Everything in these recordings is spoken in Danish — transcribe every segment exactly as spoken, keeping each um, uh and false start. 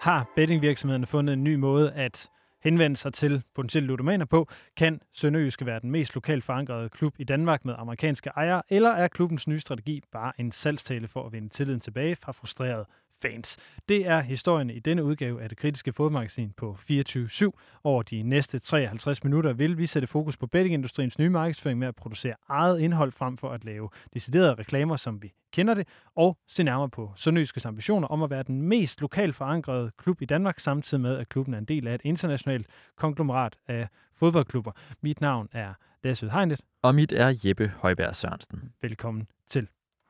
Har bettingvirksomhederne fundet en ny måde at henvende sig til potentielle ludomaner på? Kan SønderjyskE være den mest lokalt forankrede klub i Danmark med amerikanske ejere? Eller er klubbens nye strategi bare en salgstale for at vinde tilliden tilbage fra frustrerede fans? Det er historien i denne udgave af det kritiske fodboldmagasin på fireogtyve syv. Over de næste treoghalvtreds minutter vil vi sætte fokus på bettingindustriens nye markedsføring med at producere eget indhold frem for at lave deciderede reklamer, som vi kender det, og se nærmere på SønderjyskEs ambitioner om at være den mest lokalt forankrede klub i Danmark, samtidig med, at klubben er en del af et internationalt konglomerat af fodboldklubber. Mit navn er Lasse Hegnet. Og mit er Jeppe Højberg Sørensen. Velkommen til.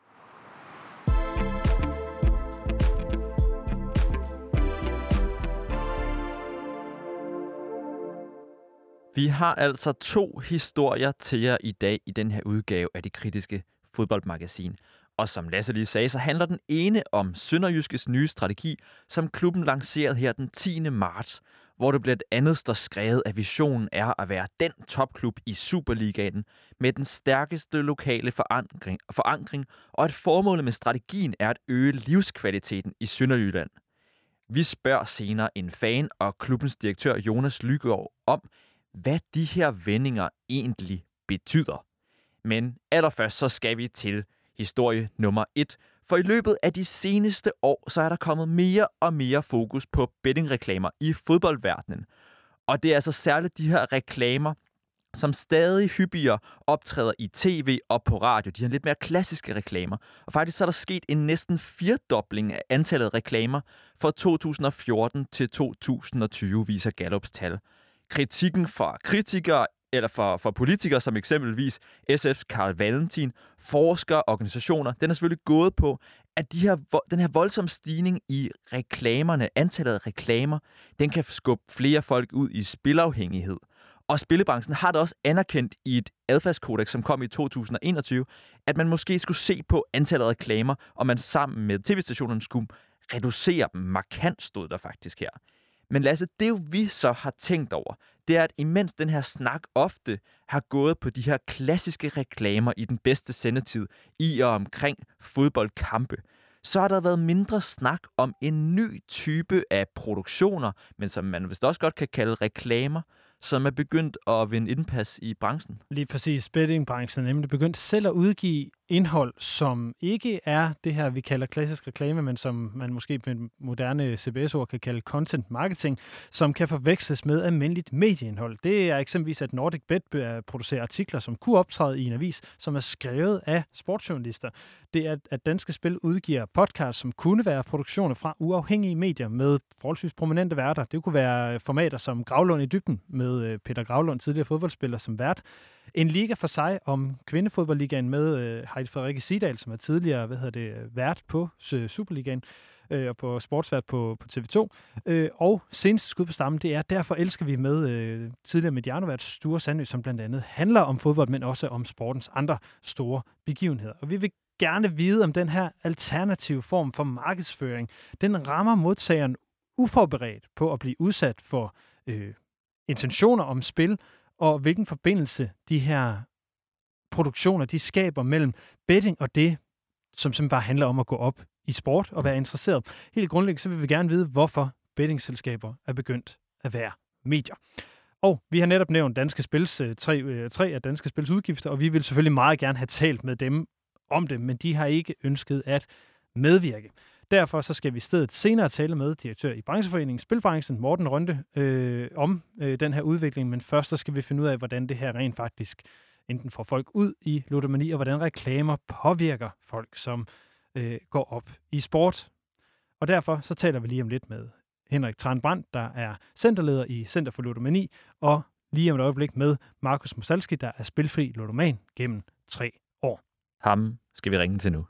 Vi har altså to historier til jer i dag i den her udgave af det kritiske fodboldmagasin. Og som Lasse lige sagde, så handler den ene om SønderjyskEs nye strategi, som klubben lancerede her den tiende marts, hvor det blandt andet står skrevet, at visionen er at være den topklub i Superligaen med den stærkeste lokale forankring, forankring og at formålet med strategien er at øge livskvaliteten i Sønderjylland. Vi spørger senere en fan og klubbens direktør Jonas Lygaard om, hvad de her vendinger egentlig betyder. Men allerførst så skal vi til historie nummer et. For i løbet af de seneste år, så er der kommet mere og mere fokus på bettingreklamer i fodboldverdenen. Og det er altså særligt de her reklamer, som stadig hyppigere optræder i tv og på radio. De her lidt mere klassiske reklamer. Og faktisk så er der sket en næsten firdobling af antallet af reklamer fra to tusind og fjorten til to tusind og tyve, viser Gallups tal. Kritikken fra kritikere eller for, for politikere som eksempelvis S F's Carl Valentin, forskere og organisationer, den er selvfølgelig gået på, at de her, den her voldsomme stigning i reklamerne, antallet af reklamer, den kan skubbe flere folk ud i spilafhængighed. Og spillebranchen har det også anerkendt i et adfærdskodex, som kom i to tusind og enogtyve, at man måske skulle se på antallet af reklamer, og man sammen med tv-stationerne skulle reducere dem markant, stod der faktisk her. Men Lasse, det jo vi så har tænkt over, det er, at imens den her snak ofte har gået på de her klassiske reklamer i den bedste sendetid i og omkring fodboldkampe, så har der været mindre snak om en ny type af produktioner, men som man vist også godt kan kalde reklamer, som er begyndt at vinde indpas i branchen. Lige præcis. Bettingbranchen er nemlig begyndt selv at udgive indhold, som ikke er det her, vi kalder klassisk reklame, men som man måske med moderne C B S-ord kan kalde content marketing, som kan forveksles med almindeligt medieindhold. Det er eksempelvis, at Nordic Bet producerer artikler, som kunne optræde i en avis, som er skrevet af sportsjournalister. Det er, at Danske Spil udgiver podcasts, som kunne være produktioner fra uafhængige medier med forholdsvis prominente værter. Det kunne være formater som Gravlund i dybden med Peter Gravlund, tidligere fodboldspiller, som vært. En liga for sig om kvindefodboldligaen med øh, Heidi Frederikke Sidal, som er tidligere hvad hedder det, vært på øh, Superligaen øh, og på sportsvært på, på T V to. Øh, og seneste skud på stammen, det er Derfor elsker vi med øh, tidligere Mediano-vært Sture Sandø, som blandt andet handler om fodbold, men også om sportens andre store begivenheder. Og vi vil gerne vide, om den her alternative form for markedsføring, den rammer modtageren uforberedt på at blive udsat for øh, intentioner om spil, og hvilken forbindelse de her produktioner, de skaber mellem betting og det, som simpelthen bare handler om at gå op i sport og være interesseret. Helt grundlæggende så vil vi gerne vide, hvorfor bettingselskaber er begyndt at være medier. Og vi har netop nævnt Danske Spils, tre, tre af Danske Spils udgifter, og vi vil selvfølgelig meget gerne have talt med dem om det, men de har ikke ønsket at medvirke. Derfor så skal vi i stedet senere tale med direktør i brancheforeningen Spilbranchen, Morten Rønde, øh, om øh, den her udvikling. Men først så skal vi finde ud af, hvordan det her rent faktisk enten får folk ud i ludomani, og hvordan reklamer påvirker folk, som øh, går op i sport. Og derfor så taler vi lige om lidt med Henrik Tranbrand, der er centerleder i Center for Ludomani, og lige om et øjeblik med Markus Mosalski, der er spilfri ludoman gennem tre år. Ham skal vi ringe til nu.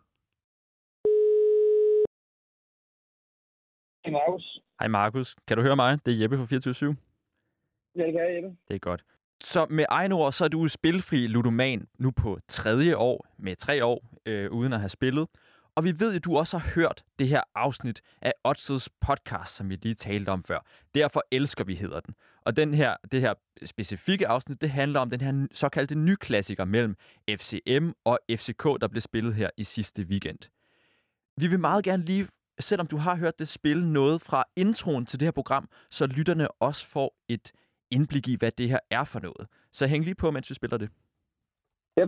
Hej Markus. Hej Markus. Kan du høre mig? Det er Jeppe fra fireogtyve syv. Ja, det kan jeg, Jeppe. Det er godt. Så med egne ord, så er du spilfri ludoman nu på tredje år, med tre år, øh, uden at have spillet. Og vi ved, at du også har hørt det her afsnit af Odds's podcast, som vi lige talte om før. Derfor elsker vi, hedder den. Og den her, det her specifikke afsnit, det handler om den her såkaldte nyklassiker mellem F C M og F C K, der blev spillet her i sidste weekend. Vi vil meget gerne lige selvom du har hørt det spille noget fra introen til det her program, så lytterne også får et indblik i, hvad det her er for noget. Så hæng lige på, mens vi spiller det. Yep.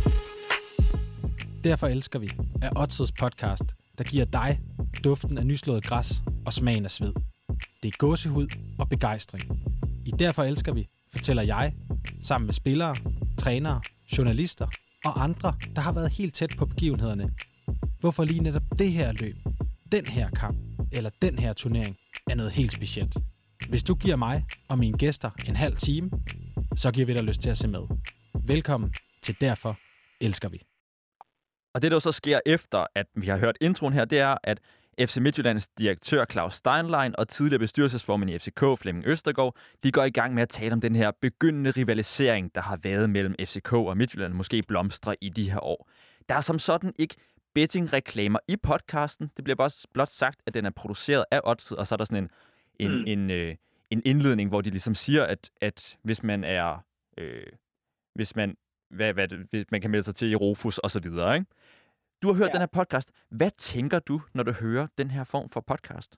Derfor elsker vi er Oddsets podcast, der giver dig duften af nyslået græs og smagen af sved. Det er gåsehud og begejstring. I Derfor elsker vi fortæller jeg, sammen med spillere, trænere, journalister og andre, der har været helt tæt på begivenhederne, hvorfor lige netop det her løb, den her kamp eller den her turnering er noget helt specielt. Hvis du giver mig og mine gæster en halv time, så giver vi dig lyst til at se med. Velkommen til Derfor elsker vi. Og det, der så sker efter, at vi har hørt introen her, det er, at F C Midtjyllands direktør Claus Steinlein og tidligere bestyrelsesformand i F C K, Flemming Østergaard, de går i gang med at tale om den her begyndende rivalisering, der har været mellem F C K og Midtjylland, måske blomstre i de her år. Der er som sådan ikke betting-reklamer i podcasten. Det bliver bare blot sagt, at den er produceret af Odds, og så er der sådan en, en, mm. en, øh, en indledning, hvor de ligesom siger, at, at hvis man er... Øh, hvis man, hvad, hvad, man kan melde sig til i Rofus og så videre, ikke? Du har hørt ja. den her podcast. Hvad tænker du, når du hører den her form for podcast?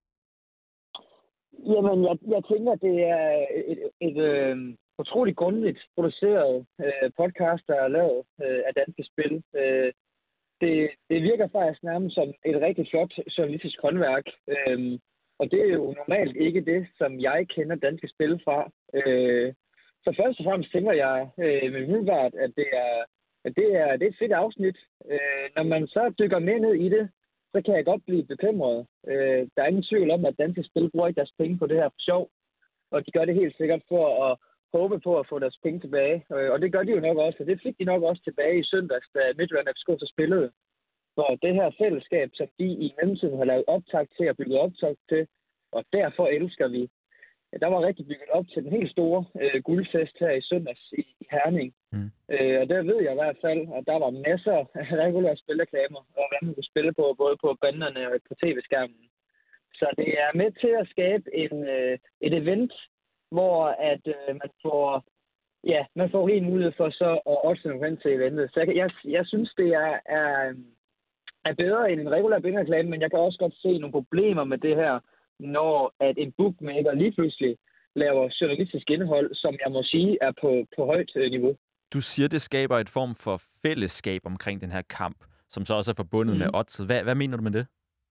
Jamen, jeg, jeg tænker, det er et, et, et øh, utroligt grundigt produceret øh, podcast, der er lavet øh, af Danske Spil. Øh, det, det virker faktisk nærmest som et rigtig flot journalistisk håndværk. Øh, og det er jo normalt ikke det, som jeg kender Danske Spil fra. Øh, så først og fremmest tænker jeg øh, med umiddelbart, at det er Det er, det er et fedt afsnit. Øh, når man så dykker mere ned i det, så kan jeg godt blive bekymret. Øh, der er ingen tvivl om, at Danske Spil bruger ikke deres penge på det her for sjov. Og de gør det helt sikkert for at håbe på at få deres penge tilbage. Øh, og det gør de jo nok også, og det fik de nok også tilbage i søndags, da Midtjylland F C K så spillede. For det her fællesskab, som de i mellemtiden har lavet optag til og bygget optag til, og derfor elsker vi. Der var rigtig bygget op til den helt store øh, guldfest her i søndags i, i Herning. Mm. Øh, og der ved jeg i hvert fald, at der var masser af regulære spilreklamer, og hvad man kunne spille på, både på banderne og på tv-skærmen. Så det er med til at skabe en, øh, et event, hvor at øh, man får ja, man får rig mulighed for så at også hen til eventet. Så jeg, jeg, jeg synes, det er, er, er bedre end en regulær billedreklame, men jeg kan også godt se nogle problemer med det her, når at en bookmaker lige pludselig laver journalistisk indhold, som jeg må sige er på, på højt niveau. Du siger, det skaber et form for fællesskab omkring den her kamp, som så også er forbundet mm. med Odds. Hvad, hvad mener du med det?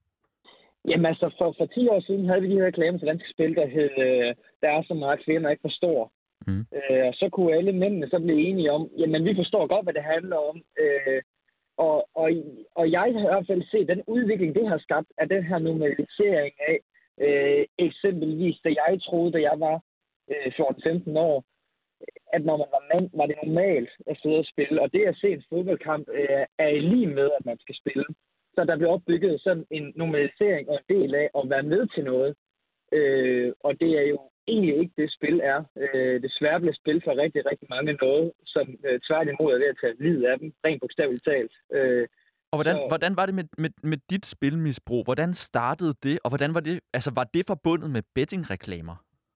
Jamen altså, for, for ti år siden havde vi de her reklamer til Danske Spil, der hed, øh, der er så meget kvinder ikke forstår. Mm. Øh, og så kunne alle mændene så blive enige om, jamen vi forstår godt, hvad det handler om. Øh, og, og, og jeg har i hvert fald set den udvikling, det har skabt, af den her normalisering af, Øh, eksempelvis, da jeg troede, da jeg var øh, fjorten femten år, at når man var mand, var det normalt at sidde og spille. Og det at se en fodboldkamp øh, er i lige med, at man skal spille. Så der bliver opbygget sådan en normalisering og en del af at være med til noget. Øh, og det er jo egentlig ikke det spil er. Øh, desværre bliver spil for rigtig, rigtig mange noget, som øh, tværtimod er ved at tage livet af dem, rent bogstaveligt talt. Øh, Og hvordan, så... hvordan var det med, med, med dit spilmisbrug? Hvordan startede det, og hvordan var det, altså var det forbundet med bettingreklamer?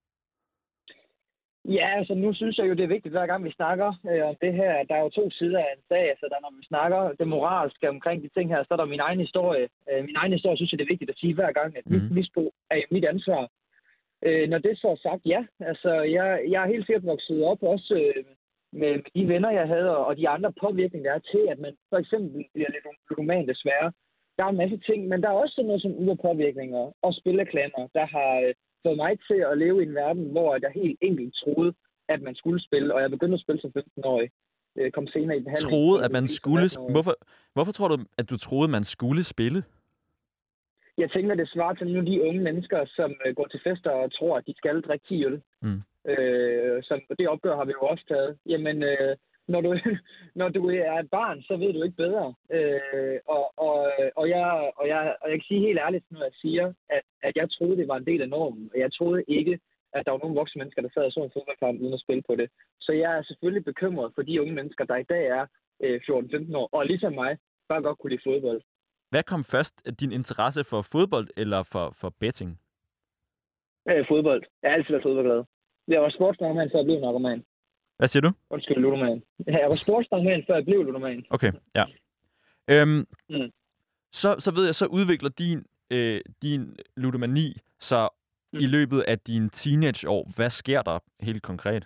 Ja, altså nu synes jeg jo, det er vigtigt, hver gang vi snakker øh, om det her. Der er jo to sider af en sag, så der, når vi snakker det moralske omkring de ting her, så er der min egen historie. Øh, min egen historie synes jeg, det er vigtigt at sige hver gang, at mm. mit misbrug er jo mit ansvar. Øh, når det så er sagt, ja. Altså, jeg, jeg er helt sikkert vokset op også øh, med de venner, jeg havde, og de andre påvirkninger, der er til, at man for eksempel bliver lidt ludoman desværre. Der er en masse ting, men der er også sådan noget som yderpåvirkninger og spilreklamer, der har øh, fået mig til at leve i en verden, hvor jeg helt enkelt troede, at man skulle spille, og jeg begyndte at spille som femten-årig. Øh, kom senere i behandling. Troede, at man skulle spille? Hvorfor, hvorfor tror du, at du troede, man skulle spille? Jeg tænker, det svarer til nogle af de unge mennesker, som øh, går til fester og tror, at de skal drikke ti øl. Mm. Øh, som det opgør har vi jo også taget. Jamen, øh, når, du, når du er et barn, så ved du ikke bedre. Øh, og, og, og, jeg, og, jeg, og jeg kan sige helt ærligt, når jeg siger, at, at jeg troede, det var en del af normen. Og jeg troede ikke, at der var nogle voksne mennesker, der sad og så en fodboldkamp uden at spille på det. Så jeg er selvfølgelig bekymret for de unge mennesker, der i dag er øh, fjorten femten år, og ligesom mig, bare godt kunne lide fodbold. Hvad kom først? Din interesse for fodbold eller for, for betting? Øh, fodbold. Jeg har altid været fodboldglad. Jeg var sportsnarkoman, før jeg blev narkoman. Hvad siger du? Undskyld, ludoman. Jeg var sportsnarkoman, før jeg blev ludoman. Okay, ja. Øhm, mm. så, så ved jeg, så udvikler din øh, din ludomani, så mm. i løbet af dine teenageår, hvad sker der helt konkret?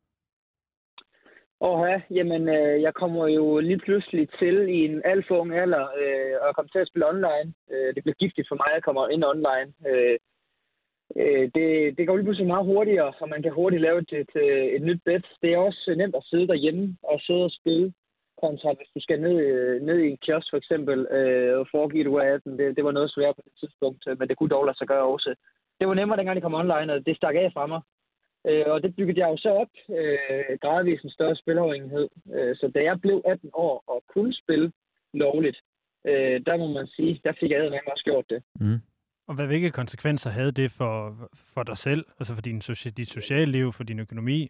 Åh ja, jamen øh, jeg kommer jo lige pludselig til i en alt for ung alder øh, og kom til at spille online. Øh, det blev giftigt for mig, at jeg kommer ind online. Øh, øh, det, det går lige pludselig meget hurtigere, og man kan hurtigt lave et, et, et nyt bet. Det er også nemt at sidde derhjemme og sidde og spille, kontra hvis du skal ned, ned i en kiosk for eksempel øh, og foregive du atten. Det, det var noget svært på det tidspunkt, men det kunne dog lade sig gøre også. Det var nemmere, dengang det kom online, og det stak af fra mig. Øh, og det byggede jeg jo så op, øh, gradvist en større spilafhængighed. Øh, så da jeg blev atten år og kunne spille lovligt, øh, der må man sige, der fik jeg eddermame også gjort det. Mm. Og hvad, hvilke konsekvenser havde det for, for dig selv, altså for din, dit sociale liv, for din økonomi?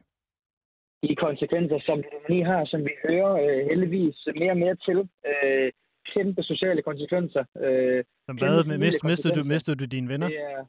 De konsekvenser, som ludomani har, som vi hører øh, heldigvis mere og mere til, øh, kæmpe sociale konsekvenser. Øh, som hvad? Mist, mistede, du, mistede du dine venner? Det er,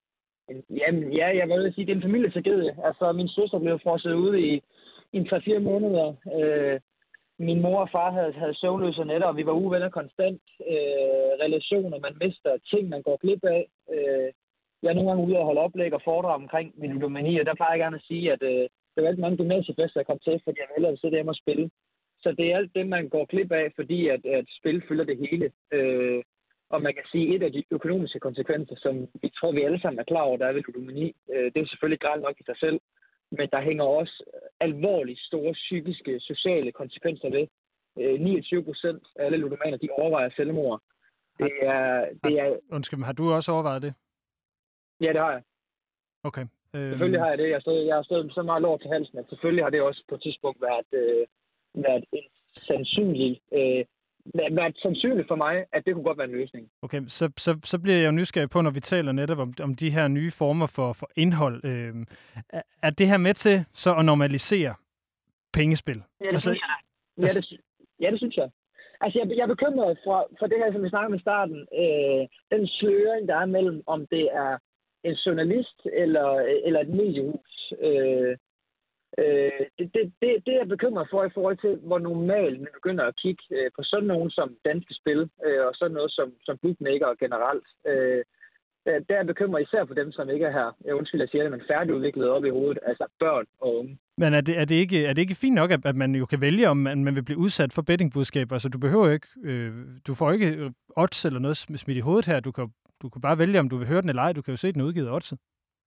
Jamen, ja, jeg vil sige, det er en familietragedie. Altså, min søster blev frosset ude i, i tre fire måneder. Øh, min mor og far havde, havde søvnløse nætter, og vi var uvenner konstant. Øh, relationer, man mister, ting, man går glip af. Øh, jeg er nogle gange ude og holde oplæg og foredrag omkring min ludomani, og der plejer jeg gerne at sige, at øh, der var ikke mange gymnasiefester, jeg kom til, fordi jeg hellere sidde hjemme og spille. Så det er alt det, man går glip af, fordi at, at spil fylder det hele. Øh, Og man kan sige, at et af de økonomiske konsekvenser, som vi tror, vi alle sammen er klar over, der er ved ludomani, det er selvfølgelig grelt nok i sig selv, men der hænger også alvorligt store psykiske, sociale konsekvenser ved. niogtyve procent af alle ludomaner, de overvejer selvmord. Det er, det er... Undskyld, har du også overvejet det? Ja, det har jeg. Okay. Øhm... Selvfølgelig har jeg det. Jeg har, stået, jeg har stået så meget lår til halsen, at selvfølgelig har det også på et tidspunkt været, øh, været en sandsynlig... Øh, været sandsynligt for mig, at det kunne godt være en løsning. Okay, så, så, så bliver jeg jo nysgerrig på, når vi taler netop om, om de her nye former for, for indhold. Øh, er, er det her med til så at normalisere pengespil? Ja, det altså, synes jeg. Ja, det, ja, det synes jeg. Altså, jeg, jeg er bekymret for, for det her, som vi snakker om i starten. Øh, den sløring, der er mellem, om det er en journalist eller, eller et mediehus. Øh, Øh, det, det, det, det er jeg bekymret for i forhold til, hvor normalt man begynder at kigge øh, på sådan nogen som danske spil, øh, og sådan noget som, som bookmaker generelt. Øh, der er jeg bekymret især for dem, som ikke er her. Jeg undskyld, jeg siger det, men færdigudviklet op i hovedet, altså børn og unge. Men er det, er det, ikke, er det ikke fint nok, at, at man jo kan vælge, om man, man vil blive udsat for bettingbudskaber? Altså, du behøver ikke, øh, du får ikke odds eller noget smidt i hovedet her. Du kan, du kan bare vælge, om du vil høre den eller ej. Du kan jo se den udgivet oddset.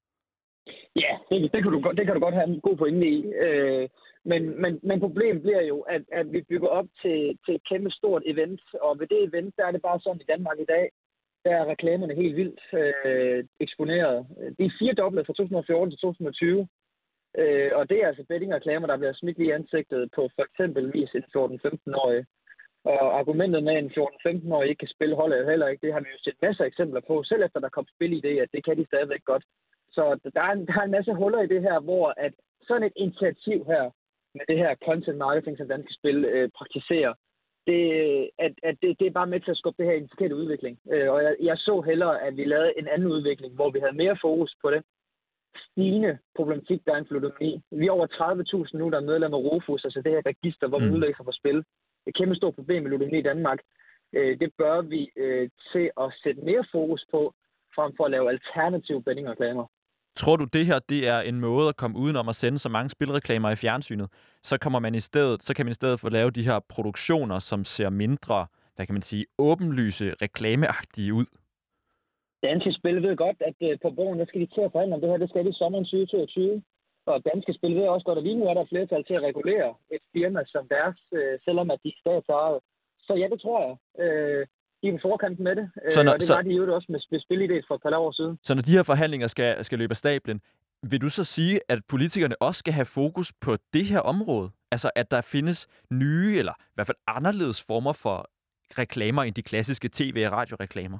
Ja, det, det, kan du, det kan du godt have en god pointe i. Øh, men, men, men problemet bliver jo, at, at vi bygger op til, til et kæmpe stort event, og ved det event, der er det bare sådan i Danmark i dag, der er reklamerne helt vildt øh, eksponeret. De er firedoblet fra to tusind og fjorten til to tusind og tyve, øh, og det er altså bettingreklamer, der bliver smidt i ansigtet på for eksempelvis en fjorten-femten-årig. Og argumentet med, at en fjorten-femten-årig ikke kan spille, holder jo heller ikke. Det har vi jo set masser af eksempler på, selv efter der kom spil i det, at det kan de stadigvæk godt. Så der er, en, der er en masse huller i det her, hvor at sådan et initiativ her, med det her content marketing, som danske spil øh, praktiserer, det, at, at det, det er bare med til at skubbe det her i en forkert udvikling. Øh, og jeg, jeg så hellere, at vi lavede en anden udvikling, hvor vi havde mere fokus på den stigende problematik, der er en ludomani. Vi er over tredive tusind nu, der er medlemmer af Rofus, altså det her register, hvor man udlægger sig for spil. Et kæmpe stort problem med ludomani i Danmark. Øh, det bør vi øh, til at sætte mere fokus på, frem for at lave alternative bettingreklamer. Tror du, det her det er en måde at komme udenom at sende så mange spilreklamer i fjernsynet? Så kommer man i stedet, så kan man i stedet få lave de her produktioner, som ser mindre, hvad kan man sige, åbenlyse, reklameagtige ud. Danske Spil ved godt, at uh, på Borgen, der skal de til at forhandle om det her. Det skal de i sommeren tyve toogtyve. Og Danske Spil ved også godt, at lige nu er der flertal til at regulere et firma som deres, uh, selvom at de er statsejet. Så ja, det tror jeg. Uh, de er på forkanten med det, så når, og det var så, de jo også med, med spilidé for et par år siden. Så når de her forhandlinger skal, skal løbe af stablen, vil du så sige, at politikerne også skal have fokus på det her område? Altså, at der findes nye, eller i hvert fald anderledes former for reklamer end de klassiske tv- og radioreklamer?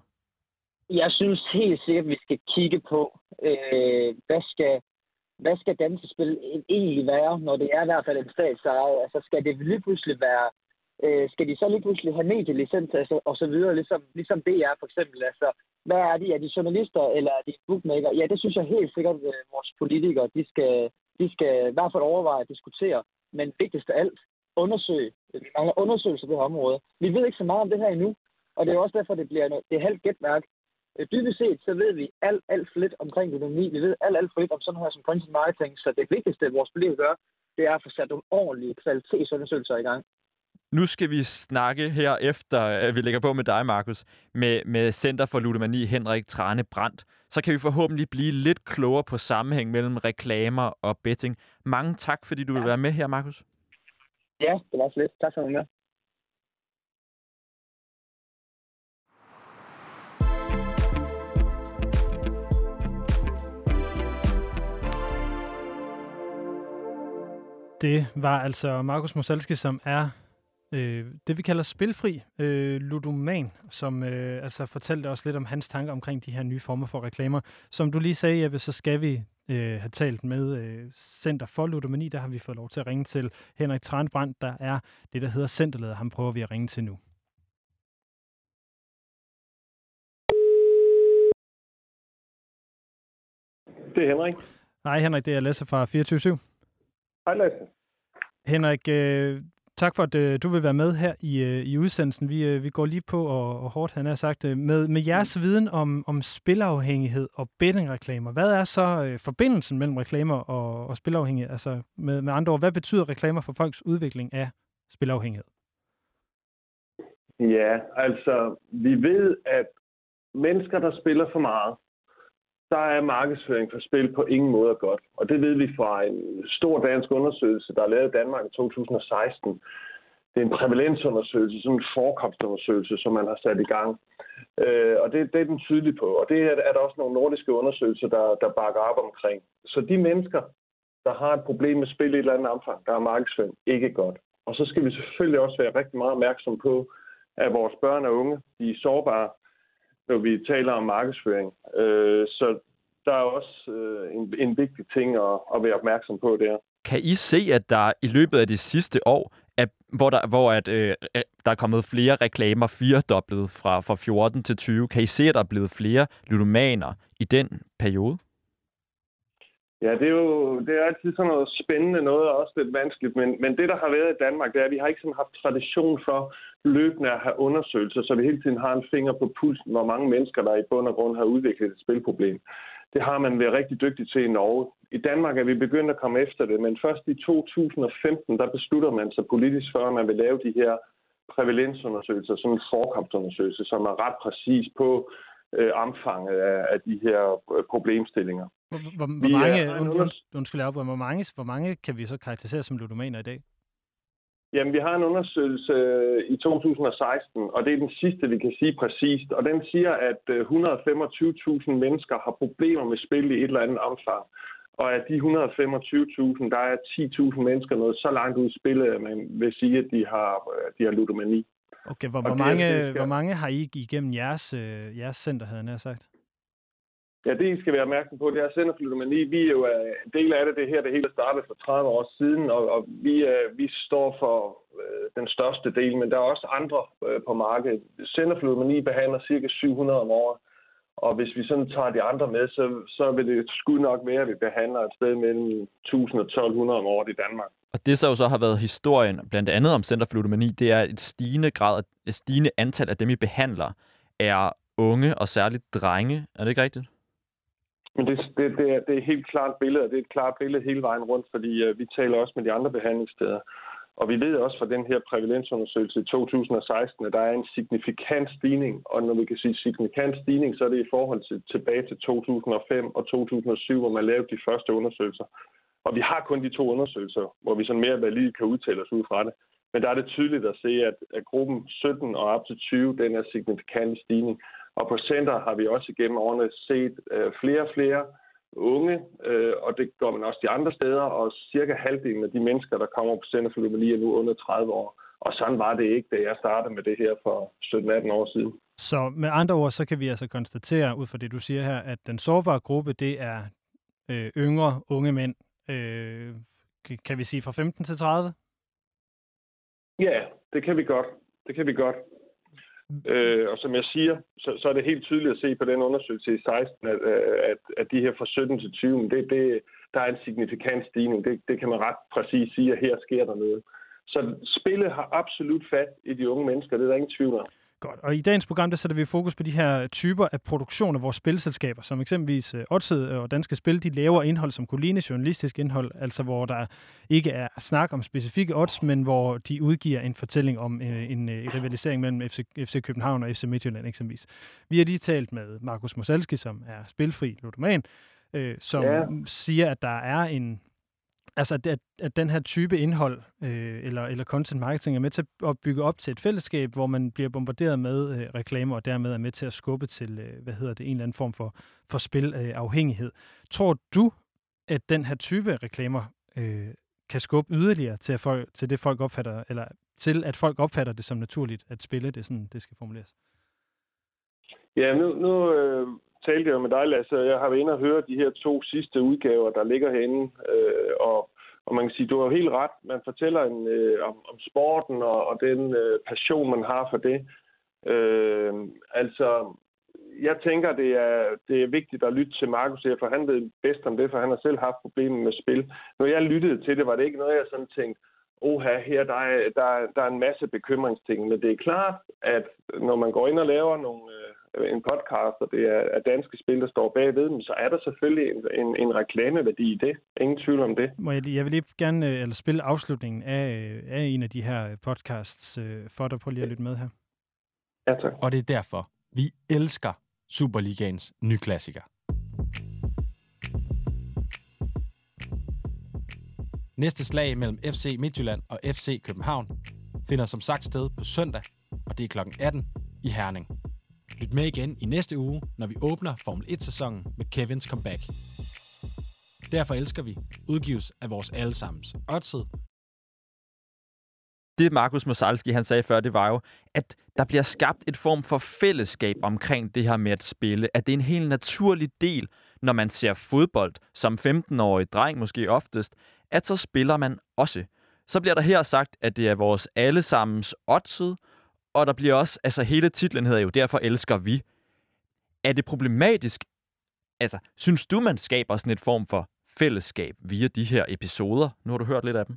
Jeg synes helt sikkert, at vi skal kigge på, øh, hvad skal hvad skal danske spil egentlig være, når det er i hvert fald en statsejet? Altså, skal det lige pludselig være Øh, skal de så lige pludselig have medielicens altså, og så videre, ligesom, ligesom det er for eksempel? Altså, hvad er de? Er de journalister, eller er de bookmaker? Ja, det synes jeg helt sikkert, at vores politikere, de skal, de skal i hvert fald overveje at diskutere, men vigtigst af alt, undersøge. Vi mangler undersøgelser på det her område. Vi ved ikke så meget om det her endnu, og det er også derfor, det bliver noget, det er halvt gætværk. dybest set, så ved vi alt, alt for lidt omkring økonomi. Vi ved alt, alt for lidt om sådan noget som content marketing. Så det vigtigste, vores problem gør, det er at få sat nogle ordentlige kvalitetsundersøgelser i gang. Nu skal vi snakke her efter, at vi lægger på med dig, Markus, med, med Center for Ludomani Henrik Trane Brandt. Så kan vi forhåbentlig blive lidt klogere på sammenhæng mellem reklamer og betting. Mange tak, fordi du ja. vil være med her, Markus. Ja, det var så lidt. Tak for at være med. Det var altså Markus Mosalski, som er øh, det, vi kalder spilfri øh, ludoman, som øh, altså fortalte os lidt om hans tanker omkring de her nye former for reklamer. Som du lige sagde, Jeppe, så skal vi øh, have talt med øh, Center for Ludomani. Der har vi fået lov til at ringe til Henrik Trane Brandt, der er det, der hedder Centerleder. Ham prøver vi at ringe til nu. Det er Henrik. Hej Henrik, det er Lasse fra fireogtyve syv. Hej Lasse. Henrik, øh, tak for, at øh, du vil være med her i, øh, i udsendelsen. Vi, øh, vi går lige på, og, og hårdt han har sagt, øh, med, med jeres viden om, om spilafhængighed og bettingreklamer. Hvad er så øh, forbindelsen mellem reklamer og, og spilafhængighed? Altså med, med andre ord, hvad betyder reklamer for folks udvikling af spilafhængighed? Ja, altså vi ved, at mennesker, der spiller for meget, der er markedsføring for spil på ingen måde godt. Og det ved vi fra en stor dansk undersøgelse, der er lavet i Danmark i to tusind og seksten. Det er en prævalensundersøgelse, sådan en forekomstundersøgelse, som man har sat i gang. Øh, og det, det er den tydelig på. Og det er, er der også nogle nordiske undersøgelser, der, der bakker op omkring. Så de mennesker, der har et problem med spil i et eller andet omfang, der er markedsføring ikke godt. Og så skal vi selvfølgelig også være rigtig meget opmærksom på, at vores børn og unge, de er sårbare, når vi taler om markedsføring. Øh, så der er også øh, en, en vigtig ting at, at være opmærksom på der. Kan I se, at der i løbet af de sidste år, at, hvor, der, hvor at, øh, der er kommet flere reklamer, firedoblet fra, fra fjorten til tyve, kan I se, at der er blevet flere ludomaner i den periode? Ja, det er jo det er altid sådan noget spændende noget, og også lidt vanskeligt. Men, men det, der har været i Danmark, det er, at vi har ikke sådan haft tradition for løbende at have undersøgelser, så vi hele tiden har en finger på pulsen, hvor mange mennesker, der i bund og grund har udviklet et spilproblem. Det har man været rigtig dygtig til i Norge. I Danmark er vi begyndt at komme efter det, men først i to tusind og femten, der beslutter man sig politisk for, at man vil lave de her prævalensundersøgelser, sådan en forekomstundersøgelse, som er ret præcis på øh, omfanget af, af de her øh, problemstillinger. Hvor, hvor, hvor, mange, und, und, undskyld, hvor, mange, hvor mange kan vi så karakterisere som ludomaner i dag? Jamen, vi har en undersøgelse i to tusind og seksten, og det er den sidste, vi kan sige præcist. Og den siger, at et hundrede og femogtyve tusind mennesker har problemer med spil i et eller andet omfang. Og af de et hundrede og femogtyve tusind, der er ti tusind mennesker nået så langt ud i spillet, at man vil sige, at de har, de har ludomani. Okay, hvor, hvor, mange, det, hvor mange har I igennem jeres, øh, jeres center, havde jeg sagt? Ja, det I skal være opmærksom på, det er Center for Ludomani. Vi er jo en del af det, det her, det hele startede for tredive år siden, og, og vi, vi står for øh, den største del, men der er også andre øh, på markedet. Center for Ludomani behandler cirka syv hundrede om året, og hvis vi sådan tager de andre med, så, så vil det sgu nok være, at vi behandler et sted mellem tusind og tolv hundrede om året i Danmark. Og det, så jo så har været historien, blandt andet om Center for Ludomani, det er et stigende grad, et stigende antal af dem, I behandler, er unge og særligt drenge. Er det ikke rigtigt? Men det, det, det, er, det er et helt klart billede, og det er et klart billede hele vejen rundt, fordi uh, vi taler også med de andre behandlingssteder. Og vi ved også fra den her prævalensundersøgelse i to tusind og seksten, at der er en signifikant stigning. Og når vi kan sige signifikant stigning, så er det i forhold til tilbage til to tusind og fem og to tusind og syv, hvor man lavede de første undersøgelser. Og vi har kun de to undersøgelser, hvor vi sådan mere valide kan udtale os ud fra det. Men der er det tydeligt at se, at, at gruppen sytten og op til tyve, den er signifikant stigning. Og på center har vi også igennem årene set øh, flere og flere unge, øh, og det går man også de andre steder, og cirka halvdelen af de mennesker, der kommer på Center for Ludomani, er nu under tredive år. Og sådan var det ikke, da jeg startede med det her for sytten atten år siden. Så med andre ord, så kan vi altså konstatere, ud fra det du siger her, at den sårbare gruppe, det er øh, yngre, unge mænd. Øh, kan vi sige fra femten til tredive? Ja, det kan vi godt. Det kan vi godt. Øh, og som jeg siger, så, så er det helt tydeligt at se på den undersøgelse i seksten, at, at, at de her fra sytten til tyve, det, det, der er en signifikant stigning. Det, det kan man ret præcis sige, at her sker der noget. Så spillet har absolut fat i de unge mennesker, det er der ingen tvivl om. Godt. Og i dagens program, der sætter vi fokus på de her typer af produktion af vores spilselskaber, som eksempelvis uh, Odset og Danske Spil, de laver indhold, som kunne ligne journalistisk indhold, altså hvor der ikke er snak om specifikke odds, men hvor de udgiver en fortælling om uh, en uh, rivalisering mellem F C, F C København og F C Midtjylland eksempelvis. Vi har lige talt med Markus Mosalski, som er spilfri ludoman, uh, som ja. siger, at der er en Altså, at, at den her type indhold øh, eller, eller content marketing er med til at bygge op til et fællesskab, hvor man bliver bombarderet med øh, reklamer, og dermed er med til at skubbe til, øh, hvad hedder det, en eller anden form for, for spilafhængighed. Øh, Tror du, at den her type reklamer øh, kan skubbe yderligere til, at folk, til det, folk opfatter, eller til at folk opfatter det som naturligt at spille, det sådan, det skal formuleres? Ja, nu... nu øh... talte jeg med dig, Lasse. Jeg har været inde og høre de her to sidste udgaver, der ligger herinde. Øh, og, og man kan sige, du har helt ret. Man fortæller en, øh, om, om sporten og, og den øh, passion, man har for det. Øh, altså, jeg tænker, det er, det er vigtigt at lytte til Markus her, for han ved bedst om det, for han har selv haft problemer med spil. Når jeg lyttede til det, var det ikke noget, jeg sådan tænkte, oha, her der er, der, der er en masse bekymringsting. Men det er klart, at når man går ind og laver nogle, øh, en podcast, og det er, er Danske Spil, der står bagved, så er der selvfølgelig en, en, en reklameværdi i det. Ingen tvivl om det. Må jeg, jeg vil lige gerne øh, eller spille afslutningen af, af en af de her podcasts øh, for dig. Prøv lige at lytte med her. Ja, tak. Og det er derfor, vi elsker Superligaens nye klassiker. Næste slag mellem F C Midtjylland og F C København finder som sagt sted på søndag, og det er klokken atten i Herning. Lyt med igen i næste uge, når vi åbner Formel et-sæsonen med Kevins comeback. Derfor elsker vi udgives af vores allesammens Odset. Det Markus Mosalski, han sagde før, det var jo, at der bliver skabt et form for fællesskab omkring det her med at spille. At det er en helt naturlig del, når man ser fodbold som femten-årig dreng måske oftest, at så spiller man også. Så bliver der her sagt, at det er vores allesammens Odset, og der bliver også, altså hele titlen hedder jo, derfor elsker vi. Er det problematisk? Altså, synes du, man skaber sådan et form for fællesskab via de her episoder? Nu har du hørt lidt af dem.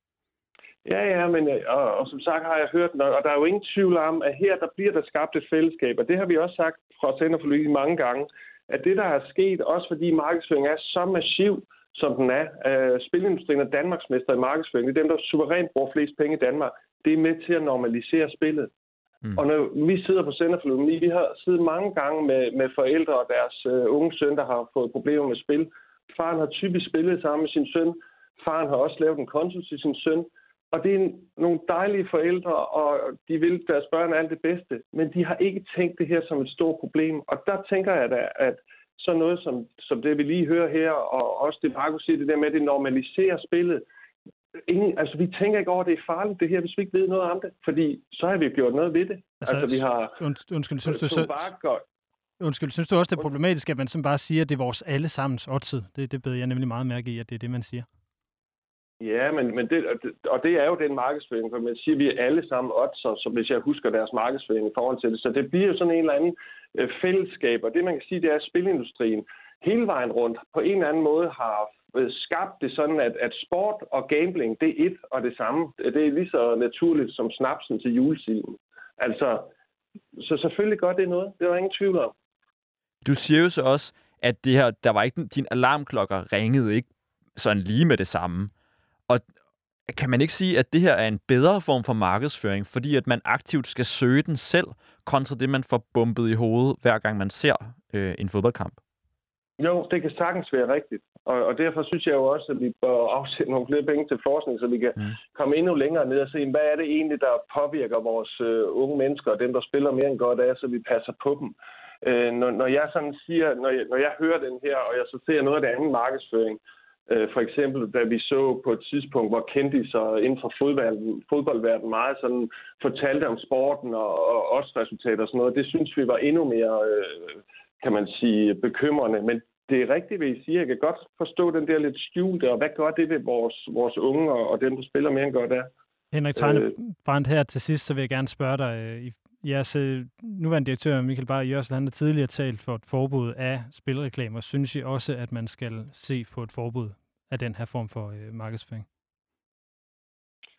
Ja, ja, men og, og som sagt har jeg hørt, og der er jo ingen tvivl om, at her der bliver der skabt et fællesskab, og det har vi også sagt fra Senderforløb mange gange, at det, der er sket, også fordi markedsføringen er så massiv, som den er, uh, spilindustrien er Danmarksmester i markedsføring, det er dem, der suverænt bruger flest penge i Danmark, det er med til at normalisere spillet. Mm. Og når vi sidder på Senderforløb, vi har siddet mange gange med, med forældre og deres uh, unge søn, der har fået problemer med spil. Faren har typisk spillet sammen med sin søn, faren har også lavet en konto til sin søn, og det er nogle dejlige forældre, og de vil deres børn alt det bedste, men de har ikke tænkt det her som et stort problem. Og der tænker jeg da, at sådan noget som, som det, vi lige hører her, og også det, Markus siger, det der med, at det normaliserer spillet. Ingen, altså, vi tænker ikke over, at det er farligt, det her, hvis vi ikke ved noget om det, fordi så har vi gjort noget ved det. Altså, altså vi har... Und, undskyld, synes du så... Undskyld, synes du også, det er problematisk, at man sådan bare siger, at det er vores allesammens Odset? Det, det beder jeg nemlig meget mærke i, at det er det, man siger. Ja, men, men det, og det er jo den markedsføring, for man siger, at vi er alle sammen oddser, så hvis jeg husker deres markedsføring i forhold til det. Så det bliver jo sådan en eller anden øh, fællesskab, og det man kan sige, det er, at spilindustrien hele vejen rundt på en eller anden måde har øh, skabt det sådan, at, at sport og gambling, det er et og det samme. Det er lige så naturligt som snapsen til julesiden. Altså, så selvfølgelig gør det noget. Det er der ingen tvivl om. Du siger jo så også, at det her, der var ikke, din alarmklokker ringede ikke sådan lige med det samme. Og kan man ikke sige, at det her er en bedre form for markedsføring, fordi at man aktivt skal søge den selv, kontra det, man får bumpet i hovedet, hver gang man ser øh, en fodboldkamp? Jo, det kan sagtens være rigtigt. Og, og derfor synes jeg jo også, at vi bør afsætte nogle flere penge til forskning, så vi kan mm. komme endnu længere ned og se, hvad er det egentlig, der påvirker vores øh, unge mennesker, og dem, der spiller mere end godt af, så vi passer på dem. Øh, når, når jeg sådan siger, når jeg, når jeg hører den her, og jeg så ser noget af det andet markedsføring, for eksempel, da vi så på et tidspunkt, hvor kendisser inden for fodboldverdenen, fodboldverdenen meget sådan fortalte om sporten og, og også resultater og sådan noget, det synes vi var endnu mere, kan man sige, bekymrende. Men det er rigtigt, hvad I siger. Jeg kan godt forstå den der lidt skjulte, og hvad gør det ved vores, vores unge og, og dem, der spiller mere end godt der? Henrik Tegnebrandt, her til sidst, så vil jeg gerne spørge dig, i jeres nuværende direktør, Michael Bayer Jørsel, han har tidligere talt for et forbud af spilreklamer. Synes I også, at man skal se på et forbud af den her form for øh, markedsføring?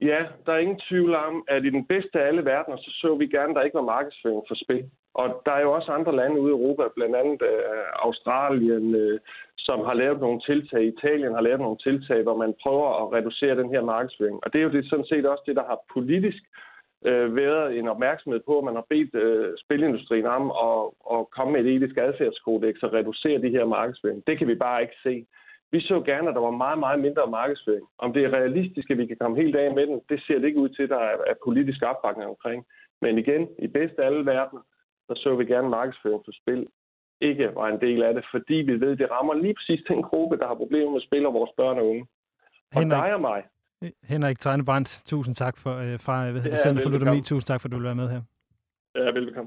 Ja, der er ingen tvivl om, at i den bedste af alle verdener, så så vi gerne, at der ikke var markedsføring for spil. Og der er jo også andre lande ude i Europa, blandt andet øh, Australien, øh, som har lavet nogle tiltag. Italien har lavet nogle tiltag, hvor man prøver at reducere den her markedsføring. Og det er jo det, sådan set også det, der har politisk øh, været en opmærksomhed på, at man har bedt øh, spilindustrien om at, at komme med et etisk adfærdskodex og reducere de her markedsføring. Det kan vi bare ikke se. Vi så gerne, at der var meget, meget mindre markedsføring. Om det er realistisk, at vi kan komme helt af med den, det ser det ikke ud til, at der er politisk opbakning omkring. Men igen, i bedste af alle verdener, så så vi gerne markedsføring for spil ikke var en del af det, fordi vi ved, at det rammer lige præcis den gruppe, der har problemer med spil og vores børn og unge. Og Henrik, dig og mig. Henrik Tegnebrandt, tusind tak for, øh, fra hvad hedder det, Center for Ludomi. Tusind tak, for at du vil være med her. Ja, velbekomme.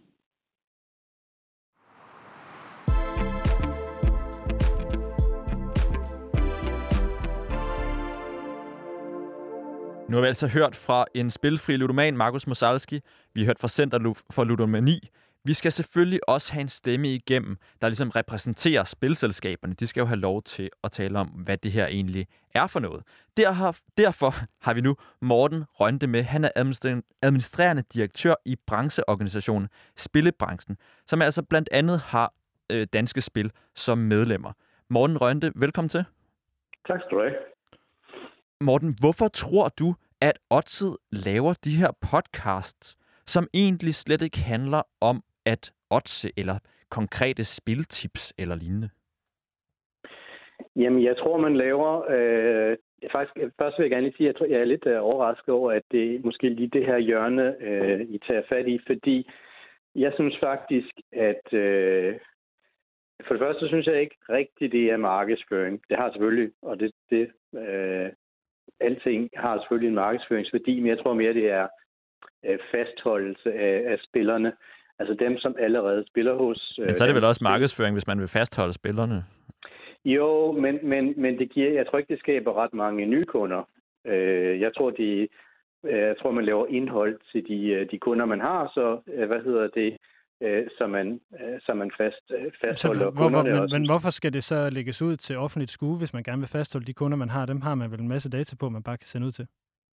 Nu har vi altså hørt fra en spilfri ludoman, Markus Mosalski. Vi har hørt fra Center for Ludomani. Vi skal selvfølgelig også have en stemme igennem, der ligesom repræsenterer spilselskaberne. De skal jo have lov til at tale om, hvad det her egentlig er for noget. Derfor har vi nu Morten Rønde med. Han er administrerende direktør i brancheorganisationen Spillebranchen, som altså blandt andet har øh, Danske Spil som medlemmer. Morten Rønde, velkommen til. Tak skal du have. Morten, hvorfor tror du, at Oddset laver de her podcasts, som egentlig slet ikke handler om at oddse eller konkrete spiltips eller lignende? Jamen, jeg tror, man laver... Øh, faktisk, først vil jeg gerne lige sige, at jeg, tror, jeg er lidt øh, overrasket over, at det er måske lige det her hjørne, øh, I tager fat i, fordi jeg synes faktisk, at... Øh, for det første synes jeg ikke rigtigt, det er markedsføring. Det har selvfølgelig, og det... det øh, alting har selvfølgelig en markedsføringsværdi, men jeg tror mere, det er øh, fastholdelse af, af spillerne. Altså dem, som allerede spiller hos... Øh, men så er det vel også markedsføring, hvis man vil fastholde spillerne? Jo, men, men, men det giver, jeg tror ikke, det skaber ret mange nye kunder. Øh, jeg tror, de, øh, jeg tror, man laver indhold til de, de kunder, man har, så øh, hvad hedder det, øh, så man, øh, så man fast, øh, fastholder så, hvor, kunderne men, også. Men hvorfor skal det så lægges ud til offentligt skue, hvis man gerne vil fastholde de kunder, man har? Dem har man vel en masse data på, man bare kan sende ud til?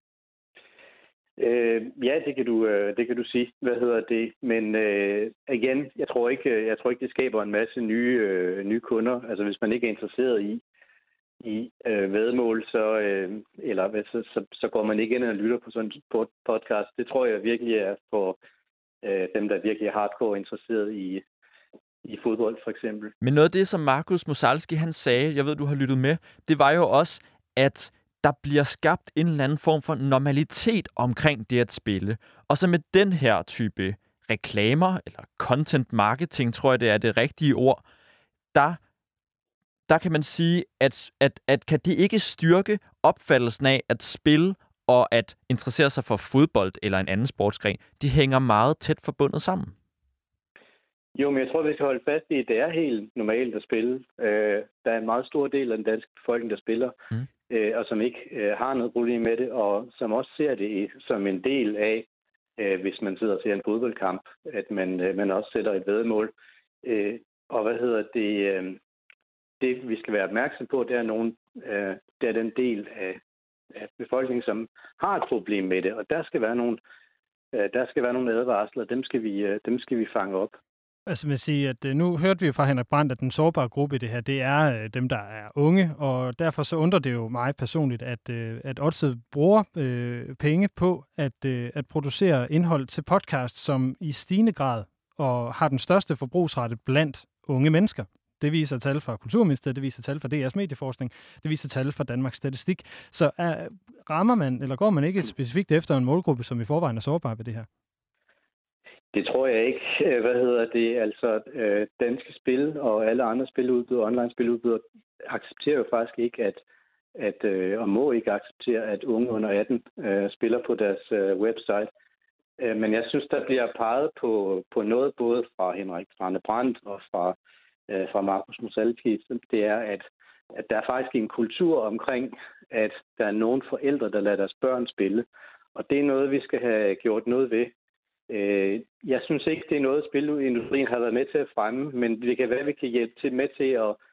Øh, ja, det kan du øh, det kan du sige. Hvad hedder det? Men øh, igen, jeg tror ikke jeg tror ikke det skaber en masse nye øh, nye kunder. Altså hvis man ikke er interesseret i i øh, væddemål, så øh, eller så, så så går man ikke ind og lytter på sådan en podcast. Det tror jeg virkelig er for øh, dem, der virkelig er hardcore interesseret i i fodbold for eksempel. Men noget af det, som Markus Mosalski han sagde, jeg ved du har lyttet med, det var jo også, at der bliver skabt en eller anden form for normalitet omkring det at spille. Og så med den her type reklamer, eller content marketing, tror jeg, det er det rigtige ord, der, der kan man sige, at, at, at kan det ikke styrke opfattelsen af at spille og at interessere sig for fodbold eller en anden sportsgren, de hænger meget tæt forbundet sammen. Jo, men jeg tror, vi skal holde fast i, at det er helt normalt at spille. Øh, der er en meget stor del af den danske befolkning, der spiller, mm. øh, og som ikke øh, har noget problem med det, og som også ser det som en del af, øh, hvis man sidder og ser en fodboldkamp, at man, øh, man også sætter et væddemål. Øh, og hvad hedder det? Øh, det, vi skal være opmærksom på, det er, nogen, øh, det er den del af, af befolkningen, som har et problem med det, og der skal være nogle, øh, der skal være nogle advarsler, dem skal vi, øh, dem skal vi fange op. Altså vil sige, at nu hørte vi jo fra Henrik Brandt, at den sårbare gruppe i det her, det er dem, der er unge, og derfor så undrer det jo mig personligt, at, at Oddset bruger øh, penge på at, øh, at producere indhold til podcast, som i stigende grad og har den største forbrugsrate blandt unge mennesker. Det viser tal fra Kulturministeriet, det viser tal fra D R's medieforskning, det viser tal fra Danmarks Statistik. Så er, rammer man, eller går man ikke specifikt efter en målgruppe, som i forvejen er sårbar ved det her? Det tror jeg ikke. Hvad hedder det? Altså, øh, Danske Spil og alle andre spiludbydere, online spiludbydere, accepterer jo faktisk ikke, at, at øh, og må ikke acceptere, at unge under atten øh, spiller på deres øh, website. Øh, men jeg synes, der bliver peget på, på noget, både fra Henrik Brandt og fra, øh, fra Markus Mosalski. Det er, at, at der er faktisk en kultur omkring, at der er nogle forældre, der lader deres børn spille. Og det er noget, vi skal have gjort noget ved. Jeg synes ikke, det er noget, spilindustrien har været med til at fremme, men det kan være, at vi kan hjælpe til med til at,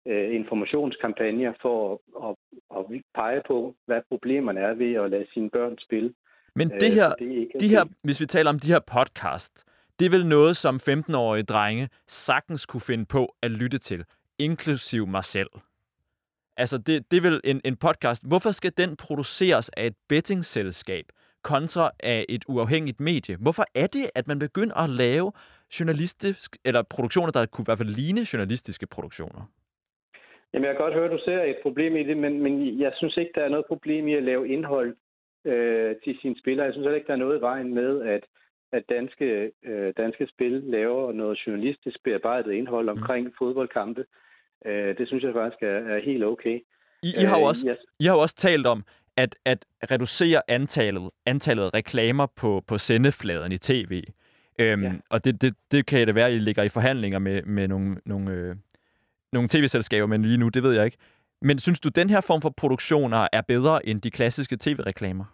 øh, informationskampagner for at, at, at pege på, hvad problemerne er ved at lade sine børn spille. Men det her, øh, det de her, hvis vi taler om de her podcast, det er vel noget, som femten-årige drenge sagtens kunne finde på at lytte til, inklusiv mig selv. Altså, det, det er vel en, en podcast. Hvorfor skal den produceres af et bettingselskab kontra af et uafhængigt medie? Hvorfor er det, at man begynder at lave journalistisk, eller produktioner, der kunne i hvert fald ligne journalistiske produktioner? Jamen, jeg kan godt høre, at du ser et problem i det, men, men jeg synes ikke, der er noget problem i at lave indhold øh, til sine spillere. Jeg synes heller ikke, der er noget i vejen med, at, at danske, øh, danske spil laver noget journalistisk bearbejdet indhold omkring mm. fodboldkampe. Øh, det synes jeg faktisk er, er helt okay. I, I, har jo også, øh, yes. I har jo også talt om, at, at reducere antallet, antallet reklamer på, på sendefladen i tv. Øhm, ja. Og det, det, det kan det være, at I ligger i forhandlinger med, med nogle, nogle, øh, nogle tv-selskaber, men lige nu, det ved jeg ikke. Men synes du, den her form for produktioner er bedre end de klassiske tv-reklamer?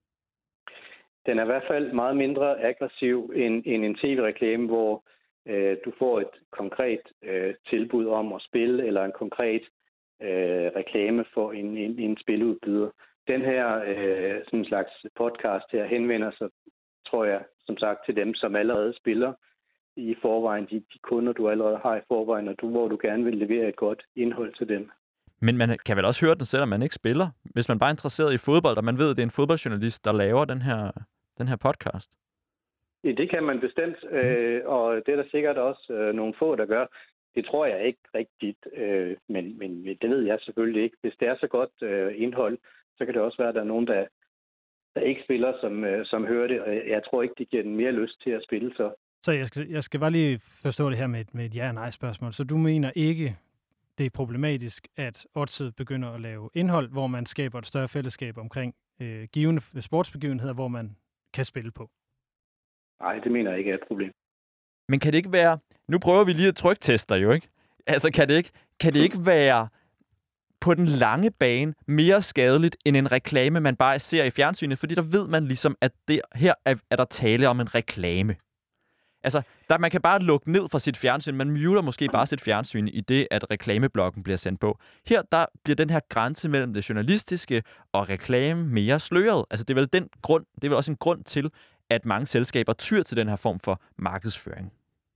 Den er i hvert fald meget mindre aggressiv end, end en tv-reklame, hvor øh, du får et konkret øh, tilbud om at spille, eller en konkret øh, reklame for en, en, en spiludbyder. Den her øh, sådan en slags podcast her henvender sig, tror jeg, som sagt, til dem, som allerede spiller i forvejen, de, de kunder, du allerede har i forvejen, og du, hvor du gerne vil levere et godt indhold til dem. Men man kan vel også høre den, selvom man ikke spiller? Hvis man bare er interesseret i fodbold, og man ved, at det er en fodboldjournalist, der laver den her, den her podcast? Ja, det kan man bestemt, øh, og det er der sikkert også øh, nogle få, der gør. Det tror jeg ikke rigtigt, øh, men, men det ved jeg selvfølgelig ikke. Hvis det er så godt øh, indhold, så kan det også være, at der er nogen, der, der ikke spiller, som, øh, som hører det, og jeg tror ikke, det giver den mere lyst til at spille. Så, så jeg, skal, jeg skal bare lige forstå det her med, med et ja-nej-spørgsmål. Så du mener ikke, det er problematisk, at Odset begynder at lave indhold, hvor man skaber et større fællesskab omkring øh, givende sportsbegivenheder, hvor man kan spille på? Nej, det mener jeg ikke er et problem. Men kan det ikke være... Nu prøver vi lige at trykteste jo, ikke? Altså, kan det ikke, kan det ikke være på den lange bane mere skadeligt end en reklame, man bare ser i fjernsynet? Fordi der ved man ligesom, at det, her er, er der tale om en reklame. Altså, der, man kan bare lukke ned fra sit fjernsyn. Man muter måske bare sit fjernsyn i det, at reklameblokken bliver sendt på. Her, der bliver den her grænse mellem det journalistiske og reklame mere sløret. Altså, det er vel den grund, det er vel også en grund til, at mange selskaber tyr til den her form for markedsføring.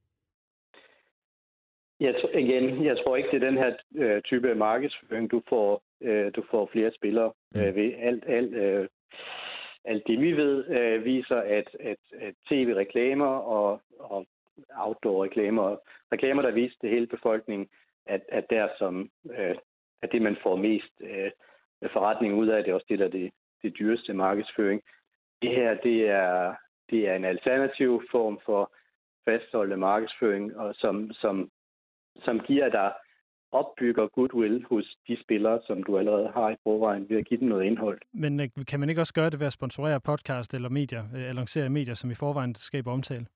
Jeg tror, igen, jeg tror ikke, det er den her øh, type markedsføring, du får, øh, du får flere spillere øh, ved. Alt, alt, øh, alt det, vi ved, øh, viser, at, at, at tv-reklamer og, og outdoor-reklamer, reklamer, der viser det hele befolkningen, at, at der som, øh, at det, man får mest øh, forretning ud af, det er også det, der er det, det dyreste markedsføring. Det her, det er, det er en alternativ form for fastholdende markedsføring, og som, som som giver dig opbygger goodwill hos de spillere, som du allerede har i forvejen, ved at give dem noget indhold. Men kan man ikke også gøre det ved at sponsorere podcast eller medier, annoncere medier, som i forvejen skaber omtale?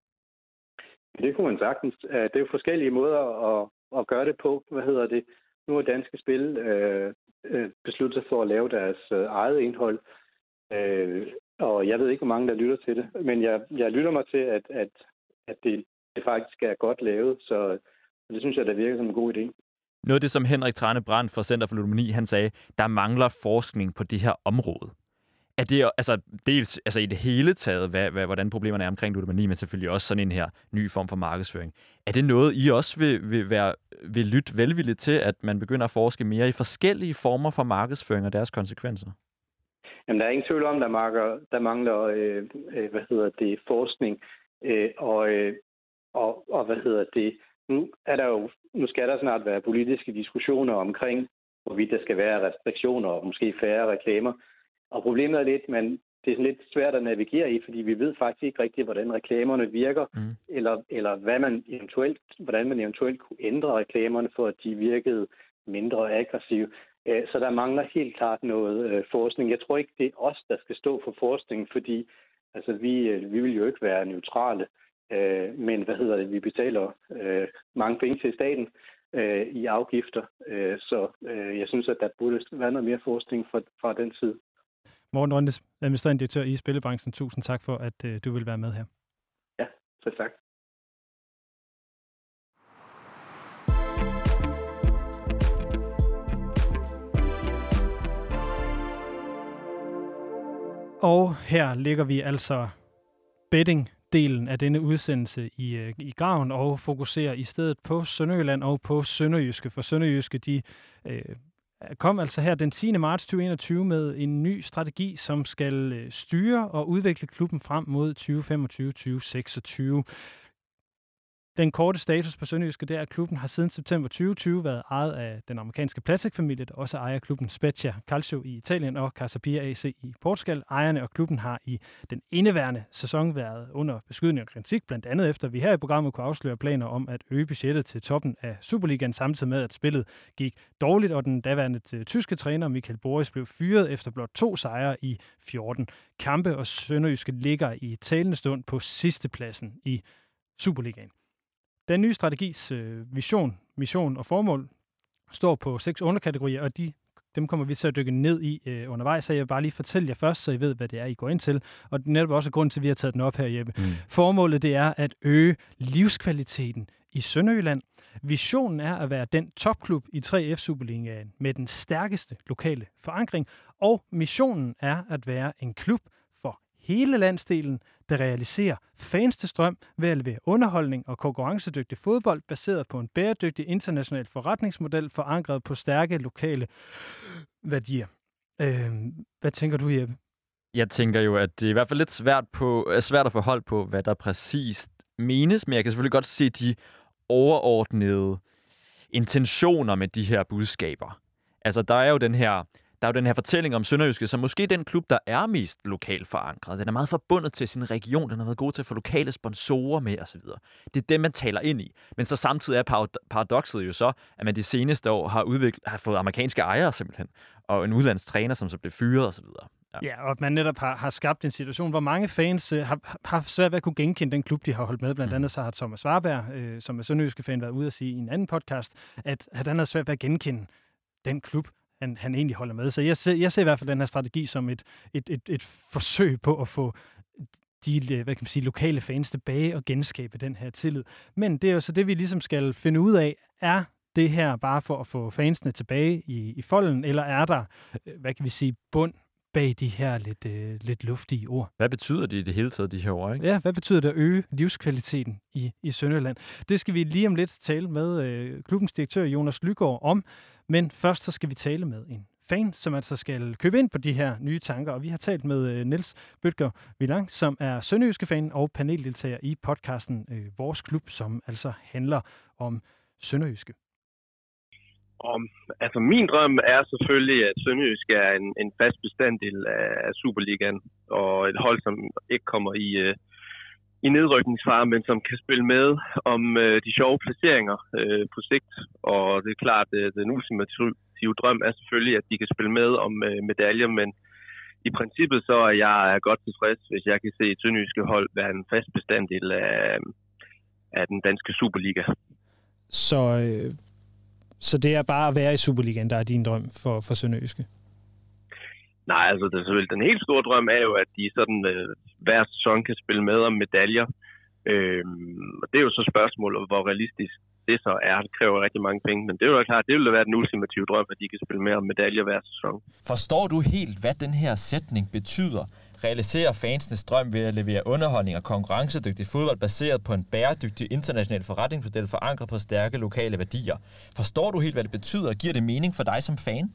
Det kunne man sagtens. Det er jo forskellige måder at, at gøre det på. Hvad hedder det? Nu er Danske Spil øh, besluttet sig for at lave deres øh, eget indhold, øh, og jeg ved ikke, hvor mange der lytter til det, men jeg, jeg lytter mig til, at, at, at det, det faktisk er godt lavet, så det synes jeg, der virker som en god idé. Noget af det, som Henrik Trane Brandt fra Center for Ludomani, han sagde, der mangler forskning på det her område. Er det altså dels altså i det hele taget, hvad, hvad, hvordan problemerne er omkring ludomani, men selvfølgelig også sådan en her ny form for markedsføring. Er det noget, I også vil, vil, være, vil lytte velvilligt til, at man begynder at forske mere i forskellige former for markedsføring og deres konsekvenser? Jamen, der er ingen tvivl om, der mangler, der mangler øh, øh, hvad hedder det, forskning, øh, og, øh, og, og hvad hedder det, Nu, er der jo, nu skal der snart være politiske diskussioner omkring, hvorvidt der skal være restriktioner og måske færre reklamer. Og problemet er lidt, men det er sådan lidt svært at navigere i, fordi vi ved faktisk ikke rigtigt, hvordan reklamerne virker, mm. eller, eller hvad man eventuelt, hvordan man eventuelt kunne ændre reklamerne, for at de virkede mindre aggressive. Så der mangler helt klart noget forskning. Jeg tror ikke, det er os, der skal stå for forskning, fordi altså, vi, vi vil jo ikke være neutrale. Øh, men hvad hedder det, vi betaler øh, mange penge til staten øh, i afgifter, øh, så øh, jeg synes, at der burde være noget mere forskning fra, fra den side. Morten Røndes, administrerende direktør i Spillebranchen, tusind tak for, at øh, du vil være med her. Ja, så tak. Og her ligger vi altså betting-delen af denne udsendelse i, i graven og fokuserer i stedet på Sønderjylland og på Sønderjyske. For Sønderjyske, de øh, kom altså her den tiende marts to tusind og enogtyve med en ny strategi, som skal styre og udvikle klubben frem mod tyve femogtyve til tyve seksogtyve. Den korte status på Sønderjyske, det er, at klubben har siden september tyve tyve været ejet af den amerikanske Platek-familie, der også ejer klubben Spezia Calcio i Italien og Casapia A C i Portugal. Ejerne og klubben har i den indeværende sæson været under beskydning og kritik, blandt andet efter vi her i programmet kunne afsløre planer om at øge budgettet til toppen af Superligaen, samtidig med at spillet gik dårligt, og den daværende tyske træner Michael Boris blev fyret efter blot to sejre i fjorten kampe, og Sønderjyske ligger i talende stund på sidstepladsen i Superligaen. Den nye strategis øh, vision, mission og formål står på seks underkategorier, og de, dem kommer vi til at dykke ned i øh, undervejs, så jeg vil bare lige fortælle jer først, så I ved, hvad det er, I går ind til. Og det er netop også grund til, at vi har taget den op her, Jeppe. Mm. Formålet det er at øge livskvaliteten i Sønderjylland. Visionen er at være den topklub i tre F Superligaen med den stærkeste lokale forankring, og missionen er at være en klub for hele landsdelen, der realiserer fans til strøm ved at levere underholdning og konkurrencedygtig fodbold baseret på en bæredygtig international forretningsmodel forankret på stærke lokale værdier. Øh, hvad tænker du, Jeppe? Jeg tænker jo, at det er i hvert fald lidt svært, på, svært at få hold på, hvad der præcist menes, men jeg kan selvfølgelig godt se de overordnede intentioner med de her budskaber. Altså, der er jo den her Der er jo den her fortælling om Sønderjyske, som måske den klub, der er mest lokalt forankret. Den er meget forbundet til sin region. Den har været god til at få lokale sponsorer med osv. Det er det, man taler ind i. Men så samtidig er paradokset jo så, at man de seneste år har, udviklet, har fået amerikanske ejere simpelthen, og en udlandstræner, som så blev fyret osv. Ja. ja, og at man netop har, har skabt en situation, hvor mange fans øh, har, har svært ved at kunne genkende den klub, de har holdt med. Blandt andet så har Thomas Warberg, øh, som er Sønderjyske fan, været ude at sige i en anden podcast, at, at han har svært ved at genkende den klub, Han, han egentlig holder med. Så jeg ser, jeg ser i hvert fald den her strategi som et, et, et, et forsøg på at få de hvad kan man sige, lokale fans tilbage og genskabe den her tillid. Men det er jo så det, vi ligesom skal finde ud af. Er det her bare for at få fansene tilbage i, i folden, eller er der, hvad kan vi sige, bund bag de her lidt, øh, lidt luftige ord? Hvad betyder det i det hele taget, de her ord, ikke? Ja, hvad betyder det at øge livskvaliteten i, i Sønderjylland? Det skal vi lige om lidt tale med øh, klubbens direktør Jonas Lygaard om. Men først så skal vi tale med en fan, som altså skal købe ind på de her nye tanker. Og vi har talt med øh, Niels Bødker Villang, som er Sønderjyske fan og paneldeltager i podcasten øh, Vores Klub, som altså handler om Sønderjyske. Om, altså min drøm er selvfølgelig, at Sønderjyske er en, en fast bestanddel af Superligaen, og et hold, som ikke kommer i... Øh, i nedrykningsfare, men som kan spille med om øh, de sjove placeringer øh, på sigt. Og det er klart, at den ultimative drøm er selvfølgelig, at de kan spille med om øh, medaljer, men i princippet så er jeg godt tilfreds, hvis jeg kan se et Sønderjyske hold være en fast bestanddel af, af den danske Superliga. Så, øh, så det er bare at være i Superligaen, der er din drøm for, for Sønderjyske? Nej, altså det er selvfølgelig den helt store drøm er jo, at de sådan øh, hver sæson kan spille med om medaljer. Øhm, og det er jo så spørgsmålet, hvor realistisk det så er. Det kræver rigtig mange penge, men det er jo klart, det vil være den ultimative drøm, at de kan spille med om medaljer hver sæson. Forstår du helt, hvad den her sætning betyder? Realisere fansenes drøm ved at levere underholdning og konkurrencedygtig fodbold baseret på en bæredygtig international forretningsmodel forankret på stærke lokale værdier. Forstår du helt, hvad det betyder? Giver det mening for dig som fan?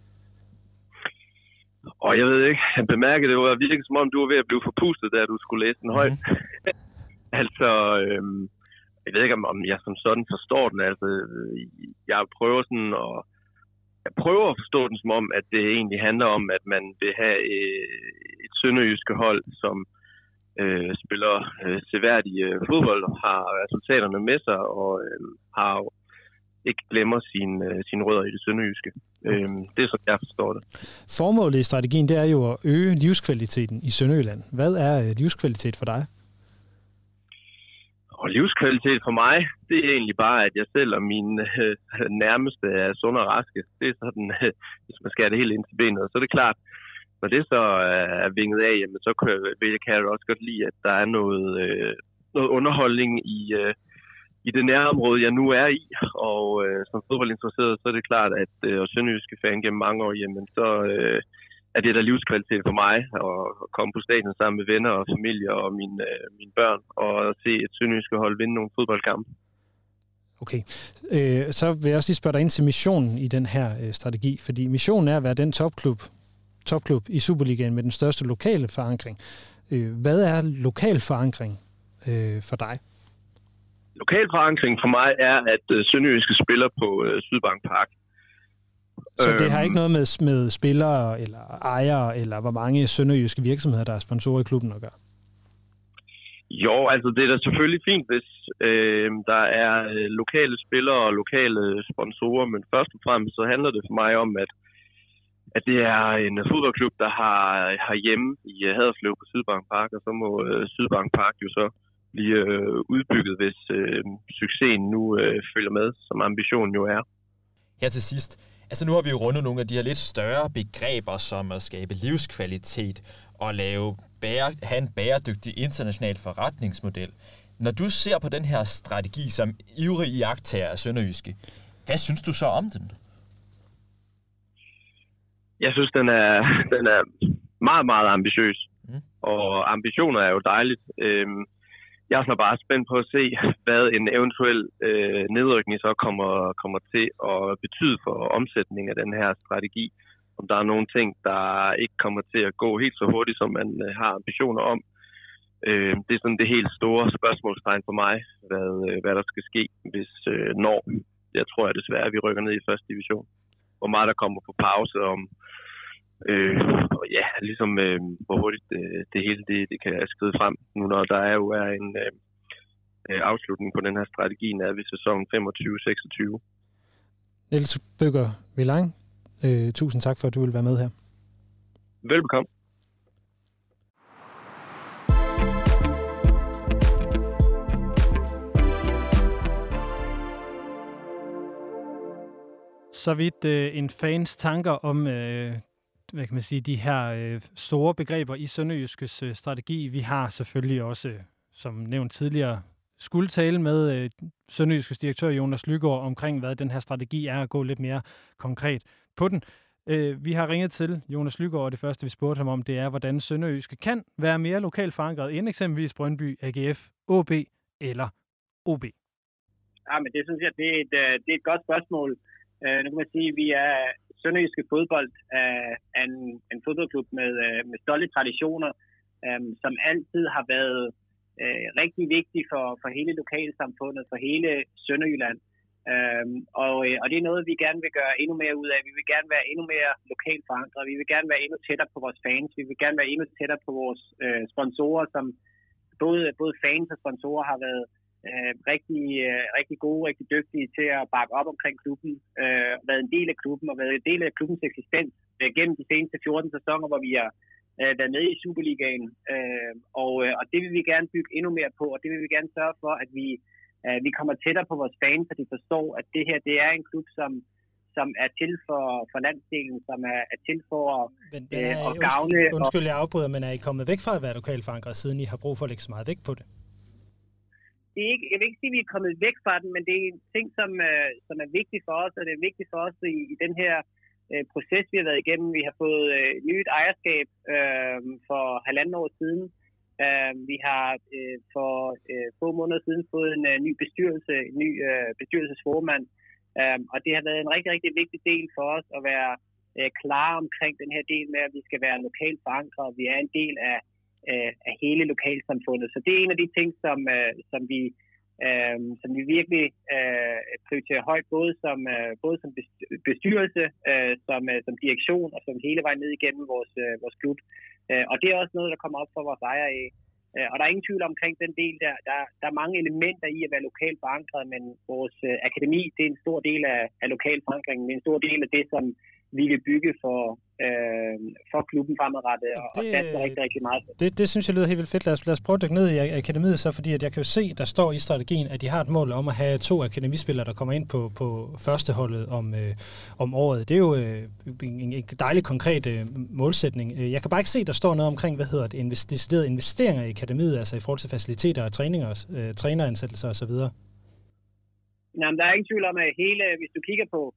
Og jeg ved ikke, jeg bemærkede det jo, at virkelig som om du var ved at blive forpustet, da du skulle læse den højt. Mm-hmm. altså, øhm, jeg ved ikke, om, om jeg som sådan forstår den. Altså, jeg prøver sådan at, jeg prøver at forstå den som om, at det egentlig handler om, at man vil have et sønderjyske hold, som øh, spiller øh, seværdig øh, fodbold, har resultaterne med sig og øh, har ikke glemmer sine, sine rødder i det sønderjyske. Øhm, det er sådan, jeg forstår det. Formålet i strategien, det er jo at øge livskvaliteten i Sønderjylland. Hvad er livskvalitet for dig? Og livskvalitet for mig, det er egentlig bare, at jeg selv og mine øh, nærmeste er sunde og raske. Det er sådan, øh, hvis man skal have det helt ind til benet. Så er det klart, når det så er vinget af, jamen, så kan jeg, kan jeg også godt lide, at der er noget, øh, noget underholdning i... Øh, i det nærområde, jeg nu er i, og øh, som fodboldinteresseret, så er det klart, at øh, Sønderjyske fan gennem mange år, jamen, så, øh, er det der livskvalitet for mig at komme på stadion sammen med venner og familie og mine, øh, mine børn og se et sønderjyske hold vinde nogle fodboldkampe. Okay, øh, så vil jeg også lige spørge dig ind til missionen i den her øh, strategi, fordi missionen er at være den topklub, topklub i Superligaen med den største lokale forankring. Øh, hvad er lokal forankring øh, for dig? Lokal forankring for mig er, at øh, sønderjyske spiller på øh, Sydbank Park. Så det har ikke noget med, med spillere eller ejere, eller hvor mange sønderjyske virksomheder, der er sponsorer i klubben at gøre? Jo, altså det er da selvfølgelig fint, hvis øh, der er øh, lokale spillere og lokale sponsorer, men først og fremmest så handler det for mig om, at, at det er en fodboldklub, der har, har hjemme i Haderslev på Sydbank Park, og så må øh, Sydbank Park jo så blive øh, udbygget, hvis øh, succesen nu øh, følger med, som ambitionen jo er. Her til sidst, altså nu har vi jo rundet nogle af de her lidt større begreber, som at skabe livskvalitet og lave bære, have en bæredygtig international forretningsmodel. Når du ser på den her strategi som ivrig iagttager af sønderjyske, hvad synes du så om den? Jeg synes, den er, den er meget, meget ambitiøs. Mm. Og ambitioner er jo dejligt. Øhm, Jeg er så bare spændt på at se, hvad en eventuel øh, nedrykning så kommer, kommer til at betyde for omsætning af den her strategi. Om der er nogle ting, der ikke kommer til at gå helt så hurtigt, som man øh, har ambitioner om. Øh, det er sådan det helt store spørgsmålstegn for mig, hvad, øh, hvad der skal ske, hvis øh, når. Jeg tror jeg desværre, at vi rykker ned i første division. Hvor meget der kommer på pause om, Øh, og ja, ligesom øh, hvor hurtigt det, det hele det, det kan skride frem, nu når der er jo er en øh, afslutning på den her strategi, er ved sæsonen femogtyve seksogtyve. Niels Bøger Villang, øh, tusind tak for, at du vil være med her. Velbekomme. Så vidt øh, en fans tanker om øh, hvad kan man sige, de her øh, store begreber i Sønderjyskes øh, strategi. Vi har selvfølgelig også, øh, som nævnt tidligere, skulle tale med øh, Sønderjyskes direktør Jonas Lygaard omkring, hvad den her strategi er, at gå lidt mere konkret på den. Øh, vi har ringet til Jonas Lygaard, og det første, vi spurgte ham om, det er, hvordan Sønderjyske kan være mere lokalt forankret end eksempelvis Brøndby, A G F, O B eller O B. Ja, men det synes jeg, det er et, det er et godt spørgsmål. Uh, nu kan man sige, at vi er Sønderjyske fodbold er en, en fodboldklub med, med stolte traditioner, um, som altid har været uh, rigtig vigtig for, for hele lokalsamfundet, for hele Sønderjylland. Um, og, og det er noget, vi gerne vil gøre endnu mere ud af. Vi vil gerne være endnu mere lokalt forankret. Vi vil gerne være endnu tættere på vores fans. Vi vil gerne være endnu tættere på vores uh, sponsorer, som både, både fans og sponsorer har været Uh, rigtig, uh, rigtig gode, rigtig dygtige til at bakke op omkring klubben, uh, været en del af klubben og været en del af klubbens eksistens uh, gennem de seneste fjorten sæsoner, hvor vi har uh, været med i Superligaen. Uh, og, uh, og det vil vi gerne bygge endnu mere på, og det vil vi gerne sørge for, at vi, uh, vi kommer tættere på vores fans, så de forstår, at det her det er en klub, som, som er til for, for landsdelen, som er, er til for men, men er, uh, at gavne. Undskyld, undskyld, jeg afbryder, men er I kommet væk fra at være lokalt forankret, siden I har brug for at lægge så meget væk på det? Det er ikke, jeg vil ikke sige, at vi er kommet væk fra den, men det er en ting, som, øh, som er vigtig for os, og det er vigtigt for os i, i den her øh, proces, vi har været igennem. Vi har fået øh, nyt ejerskab øh, for halvanden år siden. Uh, vi har øh, for øh, få måneder siden fået en øh, ny bestyrelse, en ny øh, bestyrelsesformand, uh, og det har været en rigtig, rigtig vigtig del for os at være øh, klar omkring den her del med, at vi skal være lokalt forankret. Vi er en del af af hele lokalsamfundet. Så det er en af de ting, som, øh, som, vi, øh, som vi virkelig øh, prioriterer højt, både som, øh, både som bestyrelse, øh, som, øh, som direktion og som hele vejen ned igennem vores, øh, vores klub. Øh, og det er også noget, der kommer op for vores ejere af. Øh, og der er ingen tvivl omkring den del der. Der, der er mange elementer i at være lokalt forankret, men vores øh, akademi, det er en stor del af, af lokal forankring. Det er en stor del af det, som vi vil bygge for, øh, for klubben fremadrettet, og, det, og satser rigtig, rigtig meget. Det, det synes jeg lyder helt vildt fedt. Lad os, lad os prøve at dykke ned i akademiet så, fordi at jeg kan jo se, der står i strategien, at de har et mål om at have to akademispillere, der kommer ind på, på førsteholdet om, øh, om året. Det er jo øh, en, en dejlig konkret øh, målsætning. Jeg kan bare ikke se, der står noget omkring, hvad hedder det, deciderede investeringer i akademiet, altså i forhold til faciliteter og træninger, øh, træneransættelser osv. Jamen, der er ingen tvivl om, at hele, hvis du kigger på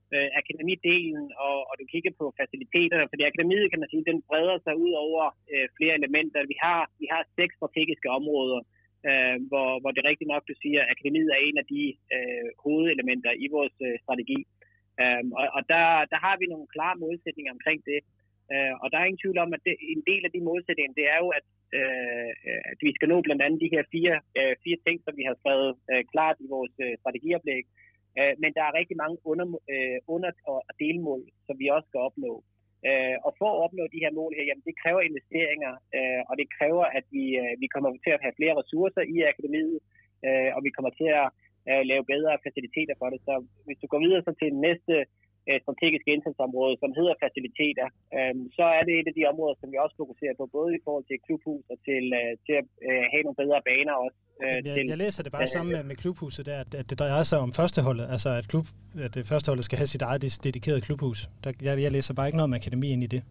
øh, akademidelen, og, og du kigger på faciliteterne, fordi akademiet, kan man sige, den breder sig ud over øh, flere elementer. Vi har, vi har seks strategiske områder, øh, hvor, hvor det er rigtigt nok, du siger, at akademiet er en af de øh, hovedelementer i vores øh, strategi. Øh, og og der, der har vi nogle klare målsætninger omkring det. Uh, og der er ingen tvivl om, at det, en del af de målsætninger, det er jo, at, uh, at vi skal nå blandt andet de her fire, uh, fire ting, som vi har skrevet uh, klart i vores uh, strategioplæg. Uh, men der er rigtig mange under, uh, under- og delmål, som vi også skal opnå. Uh, og for at opnå de her mål her, jamen, det kræver investeringer, uh, og det kræver, at vi, uh, vi kommer til at have flere ressourcer i akademiet, uh, og vi kommer til at uh, lave bedre faciliteter for det. Så hvis du går videre så til den næste strategiske indsatsområde, som hedder faciliteter, øhm, så er det et af de områder, som vi også fokuserer på, både i forhold til klubhus og til, øh, til at øh, have nogle bedre baner også. Øh, jeg, til, jeg læser det bare øh, sammen med, med klubhuset der, at, at det drejer sig om førsteholdet, altså at, klub, at det førsteholdet skal have sit eget dedikerede klubhus. Der, jeg, jeg læser bare ikke noget om akademi ind i det.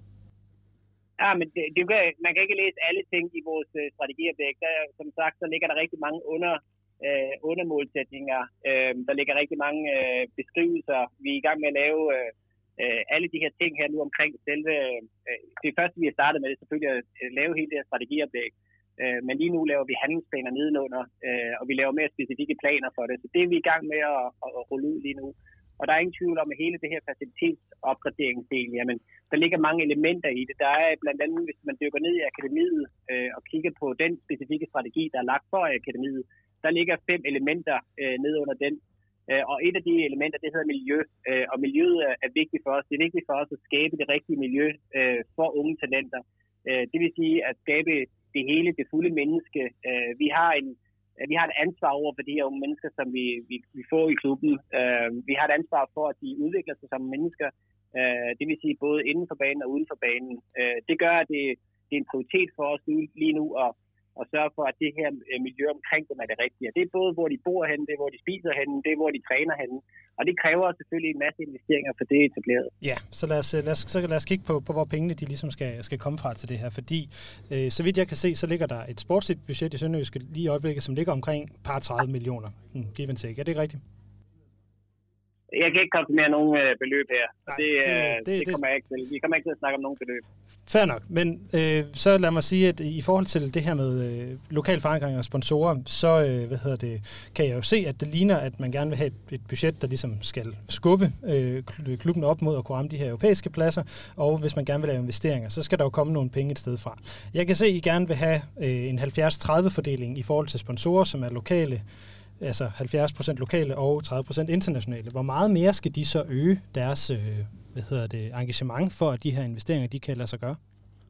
Ja, men det, det, man kan ikke læse alle ting i vores øh, strategioplæg. Der, som sagt, så ligger der rigtig mange under Øh, undermålsætninger. Øh, der ligger rigtig mange øh, beskrivelser. Vi er i gang med at lave øh, alle de her ting her nu omkring selve... Øh, det første, vi har startet med, det er selvfølgelig at lave hele det her strategioplæg. Øh, men lige nu laver vi handlingsplaner nedenunder, øh, og vi laver mere specifikke planer for det. Så det er vi i gang med at, at, at rulle ud lige nu. Og der er ingen tvivl om, at hele det her facilitetsopgraderingsdel, jamen, der ligger mange elementer i det. Der er blandt andet, hvis man dykker ned i akademiet øh, og kigger på den specifikke strategi, der er lagt for akademiet, der ligger fem elementer øh, ned under den. Øh, og et af de elementer, det hedder miljø. Øh, og miljøet er, er vigtigt for os. Det er vigtigt for os at skabe det rigtige miljø øh, for unge talenter. Øh, det vil sige at skabe det hele, det fulde menneske. Øh, vi har en Vi har et ansvar over for de her unge mennesker, som vi, vi, vi får i klubben. Uh, vi har et ansvar for, at de udvikler sig som mennesker. Uh, det vil sige både inden for banen og uden for banen. Uh, det gør, at det, det er en prioritet for os lige nu at, at sørge for, at det her miljø omkring dem er det rigtige. Det er både, hvor de bor henne, det er, hvor de spiser henne, det er, hvor de træner henne. Og det kræver selvfølgelig en masse investeringer for det etableret. Ja, så lad os, lad os, så lad os kigge på, på, hvor pengene de ligesom skal, skal komme fra til det her. Fordi øh, så vidt jeg kan se, så ligger der et sportsligt budget i Sønderjyske lige i øjeblikket, som ligger omkring par tredive millioner. Hmm, give and take. Er det ikke rigtigt? Jeg kan ikke konfirmere nogen øh, beløb her. Nej, det, det, det, det, det kommer jeg ikke til. Vi kommer ikke til at snakke om nogen beløb. Fair nok, men øh, så lad mig sige, at i forhold til det her med øh, lokal forankring og sponsorer, så øh, hvad hedder det, kan jeg jo se, at det ligner, at man gerne vil have et, et budget, der ligesom skal skubbe øh, klubben op mod at kunne ramme de her europæiske pladser, og hvis man gerne vil lave investeringer, så skal der jo komme nogle penge et sted fra. Jeg kan se, at I gerne vil have øh, en halvfjerds tredive fordeling i forhold til sponsorer, som er lokale, altså halvfjerds procent lokale og tredive procent internationale. Hvor meget mere skal de så øge deres øh, hvad hedder det, engagement for, at de her investeringer, de kan lade sig gøre?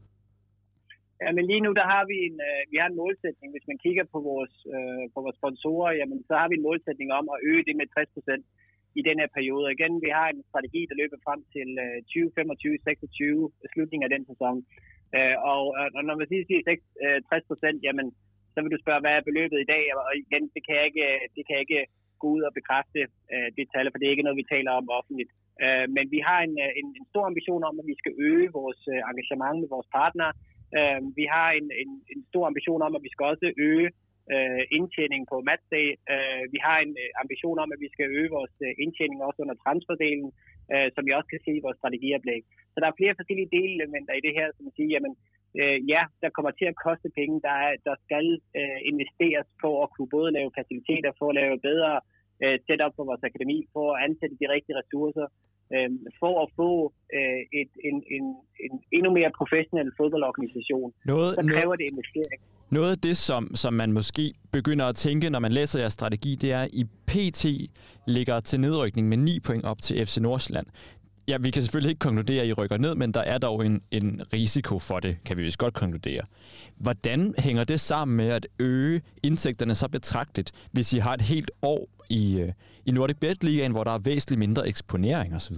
Ja, men lige nu, der har vi en, øh, vi har en målsætning. Hvis man kigger på vores, øh, på vores sponsorer, jamen, så har vi en målsætning om at øge det med tres procent i den her periode. Og igen, vi har en strategi, der løber frem til øh, tyve femogtyve seksogtyve, slutningen af den sæson. Øh, og, og når man siger tres procent, jamen, så vil du spørge, hvad er beløbet i dag? Og igen, det kan jeg ikke, det kan jeg ikke gå ud og bekræfte øh, det tal, for det er ikke noget, vi taler om offentligt. Øh, men vi har en, en, en stor ambition om, at vi skal øge vores øh, engagement med vores partnere. Øh, vi har en, en, en stor ambition om, at vi skal også øge øh, indtjening på matchday. Øh, vi har en øh, ambition om, at vi skal øge vores øh, indtjening også under transferdelen, øh, som vi også kan se i vores strategioplæg. Så der er flere forskellige delelementer i det her, som siger, jamen, Øh, ja, der kommer til at koste penge. Der, er, der skal øh, investeres på at kunne både lave faciliteter, for at lave bedre øh, setup for vores akademi, for at ansætte de rigtige ressourcer, øh, for at få øh, et, en, en, en endnu mere professionel fodboldorganisation. Noget, så kræver noget, det investering. Noget af det, som, som man måske begynder at tænke, når man læser jeres strategi, det er, at I P T ligger til nedrykning med ni point op til F C Nordsjælland. Ja, vi kan selvfølgelig ikke konkludere, at I rykker ned, men der er dog en, en risiko for det, kan vi vist godt konkludere. Hvordan hænger det sammen med at øge indtægterne så betragteligt, hvis I har et helt år i, i Nordic Bet Ligaen, hvor der er væsentligt mindre eksponering osv.?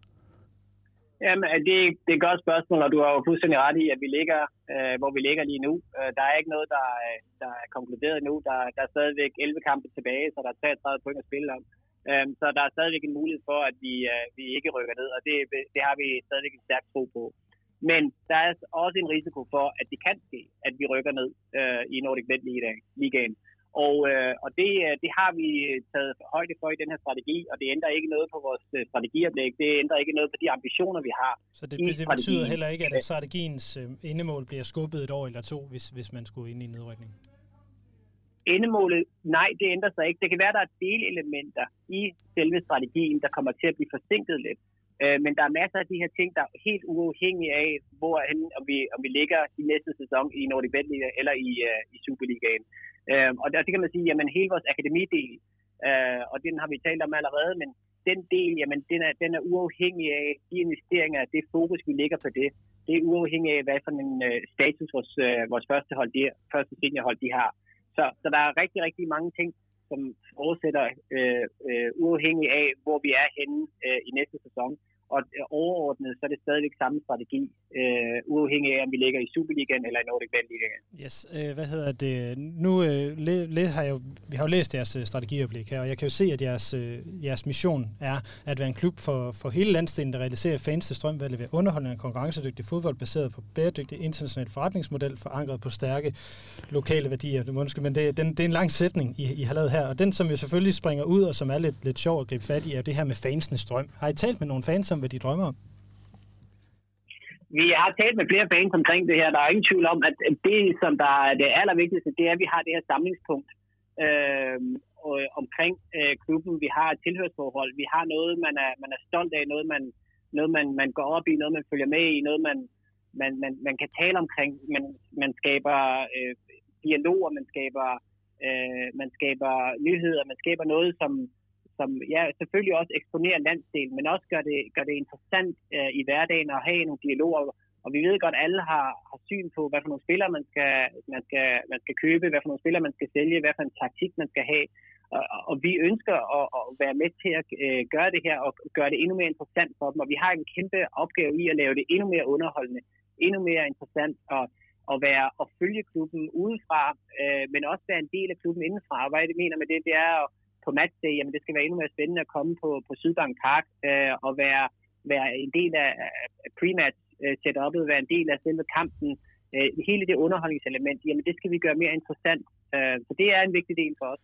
Jamen, det, det er et godt spørgsmål, og du har jo fuldstændig ret i, at vi ligger, øh, hvor vi ligger lige nu. Øh, der er ikke noget, der, der er konkluderet endnu. Der, der er stadigvæk elleve kampe tilbage, så der er treogtredive point at spille om. Så der er stadigvæk en mulighed for, at vi, vi ikke rykker ned, og det, det har vi stadigvæk en stærk tro på. Men der er også en risiko for, at det kan ske, at vi rykker ned øh, i Nordic Bet Ligaen. Og, øh, og det, det har vi taget højde for i den her strategi, og det ændrer ikke noget på vores strategioplæg. Det ændrer ikke noget på de ambitioner, vi har. Så det, det betyder heller ikke, at strategiens øh, endemål bliver skubbet et år eller to, hvis, hvis man skulle ind i nedrykning? Endemålet, nej, det ændrer sig ikke. Det kan være, der er delelementer i selve strategien, der kommer til at blive forsinket lidt. Øh, men der er masser af de her ting, der er helt uafhængige af, hvor om vi, om vi ligger i næste sæson i Nordic Bet Liga eller i, uh, i Superligaen. Uh, og der det kan man sige, jamen hele vores akademidel, uh, og den har vi talt om allerede, men den del, jamen den er, den er uafhængig af de investeringer, det fokus, vi lægger på det. Det er uafhængig af, hvad for en uh, status vores, uh, vores første hold, de, første seniorhold, de har. Så, så der er rigtig, rigtig mange ting, som fortsætter øh, øh, uafhængigt af, hvor vi er henne øh, i næste sæson. Og overordnet, så er det stadigvæk samme strategi, øh, uafhængig af, om vi ligger i Superligaen eller i Nordic Bet Ligaen. Yes, øh, hvad hedder det? Nu øh, læ, læ, har jeg jo, vi har jo læst jeres strategioplæg her, og jeg kan jo se, at jeres, øh, jeres mission er at være en klub for, for hele landsdelen, der realiserer fans til strøm ved at levere underholdende og konkurrencedygtig fodbold, baseret på bæredygtig international forretningsmodel, forankret på stærke lokale værdier. Det måske, men det, den, det er en lang sætning, I, I har lavet her, og den, som jo selvfølgelig springer ud, og som er lidt, lidt sjov at gribe fat i, er det her med fansenes drøm. Har I talt med nogle fans om, hvad de drømmer om? Vi har talt med flere fans omkring det her. Der er ingen tvivl om, at det, som der er det allervigtigste, det er, at vi har det her samlingspunkt øh, omkring øh, klubben. Vi har et tilhørsforhold. Vi har noget, man er, man er stolt af, noget, man, noget man, man går op i, noget, man følger med i, noget, man, man, man, man kan tale omkring. Man, man skaber øh, dialoger, man skaber, øh, man skaber nyheder, man skaber noget, som som ja, selvfølgelig også eksponerer landsdelen, men også gør det, gør det interessant øh, i hverdagen at have nogle dialoger. Og vi ved godt, at alle har, har syn på, hvad for nogle spillere man skal, man, skal, man skal købe, hvad for nogle spillere man skal sælge, hvad for en taktik man skal have. Og, og vi ønsker at, at være med til at øh, gøre det her og gøre det endnu mere interessant for dem. Og vi har en kæmpe opgave i at lave det endnu mere underholdende, endnu mere interessant og, og være at følge klubben udefra, øh, men også være en del af klubben indenfra. Og hvad jeg mener med det, det er at på matchday, jamen det skal være endnu mere spændende at komme på, på Sydbank Park øh, og være, være en del af, af pre-match øh, setup'et, være en del af selve kampen. Øh, hele det underholdningselement, jamen det skal vi gøre mere interessant. Øh, så det er en vigtig del for os.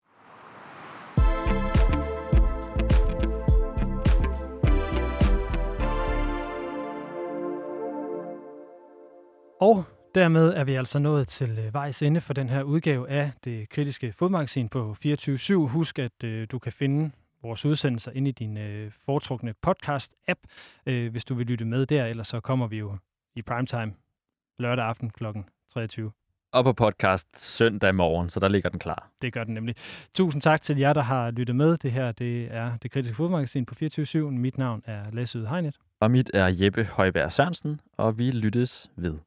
Og dermed er vi altså nået til øh, vejs ende for den her udgave af det kritiske fodmagasin på fireogtyve syv. Husk, at øh, du kan finde vores udsendelser inde i din øh, foretrukne podcast-app, øh, hvis du vil lytte med der. Ellers så kommer vi jo i primetime lørdag aften klokken treogtyve. Og på podcast søndag morgen, så der ligger den klar. Det gør den nemlig. Tusind tak til jer, der har lyttet med. Det her det er det kritiske fodmagasin på fireogtyve syv. Mit navn er Lasse Yde Hegnet. Og mit er Jeppe Højberg Sørensen, og vi lyttes ved.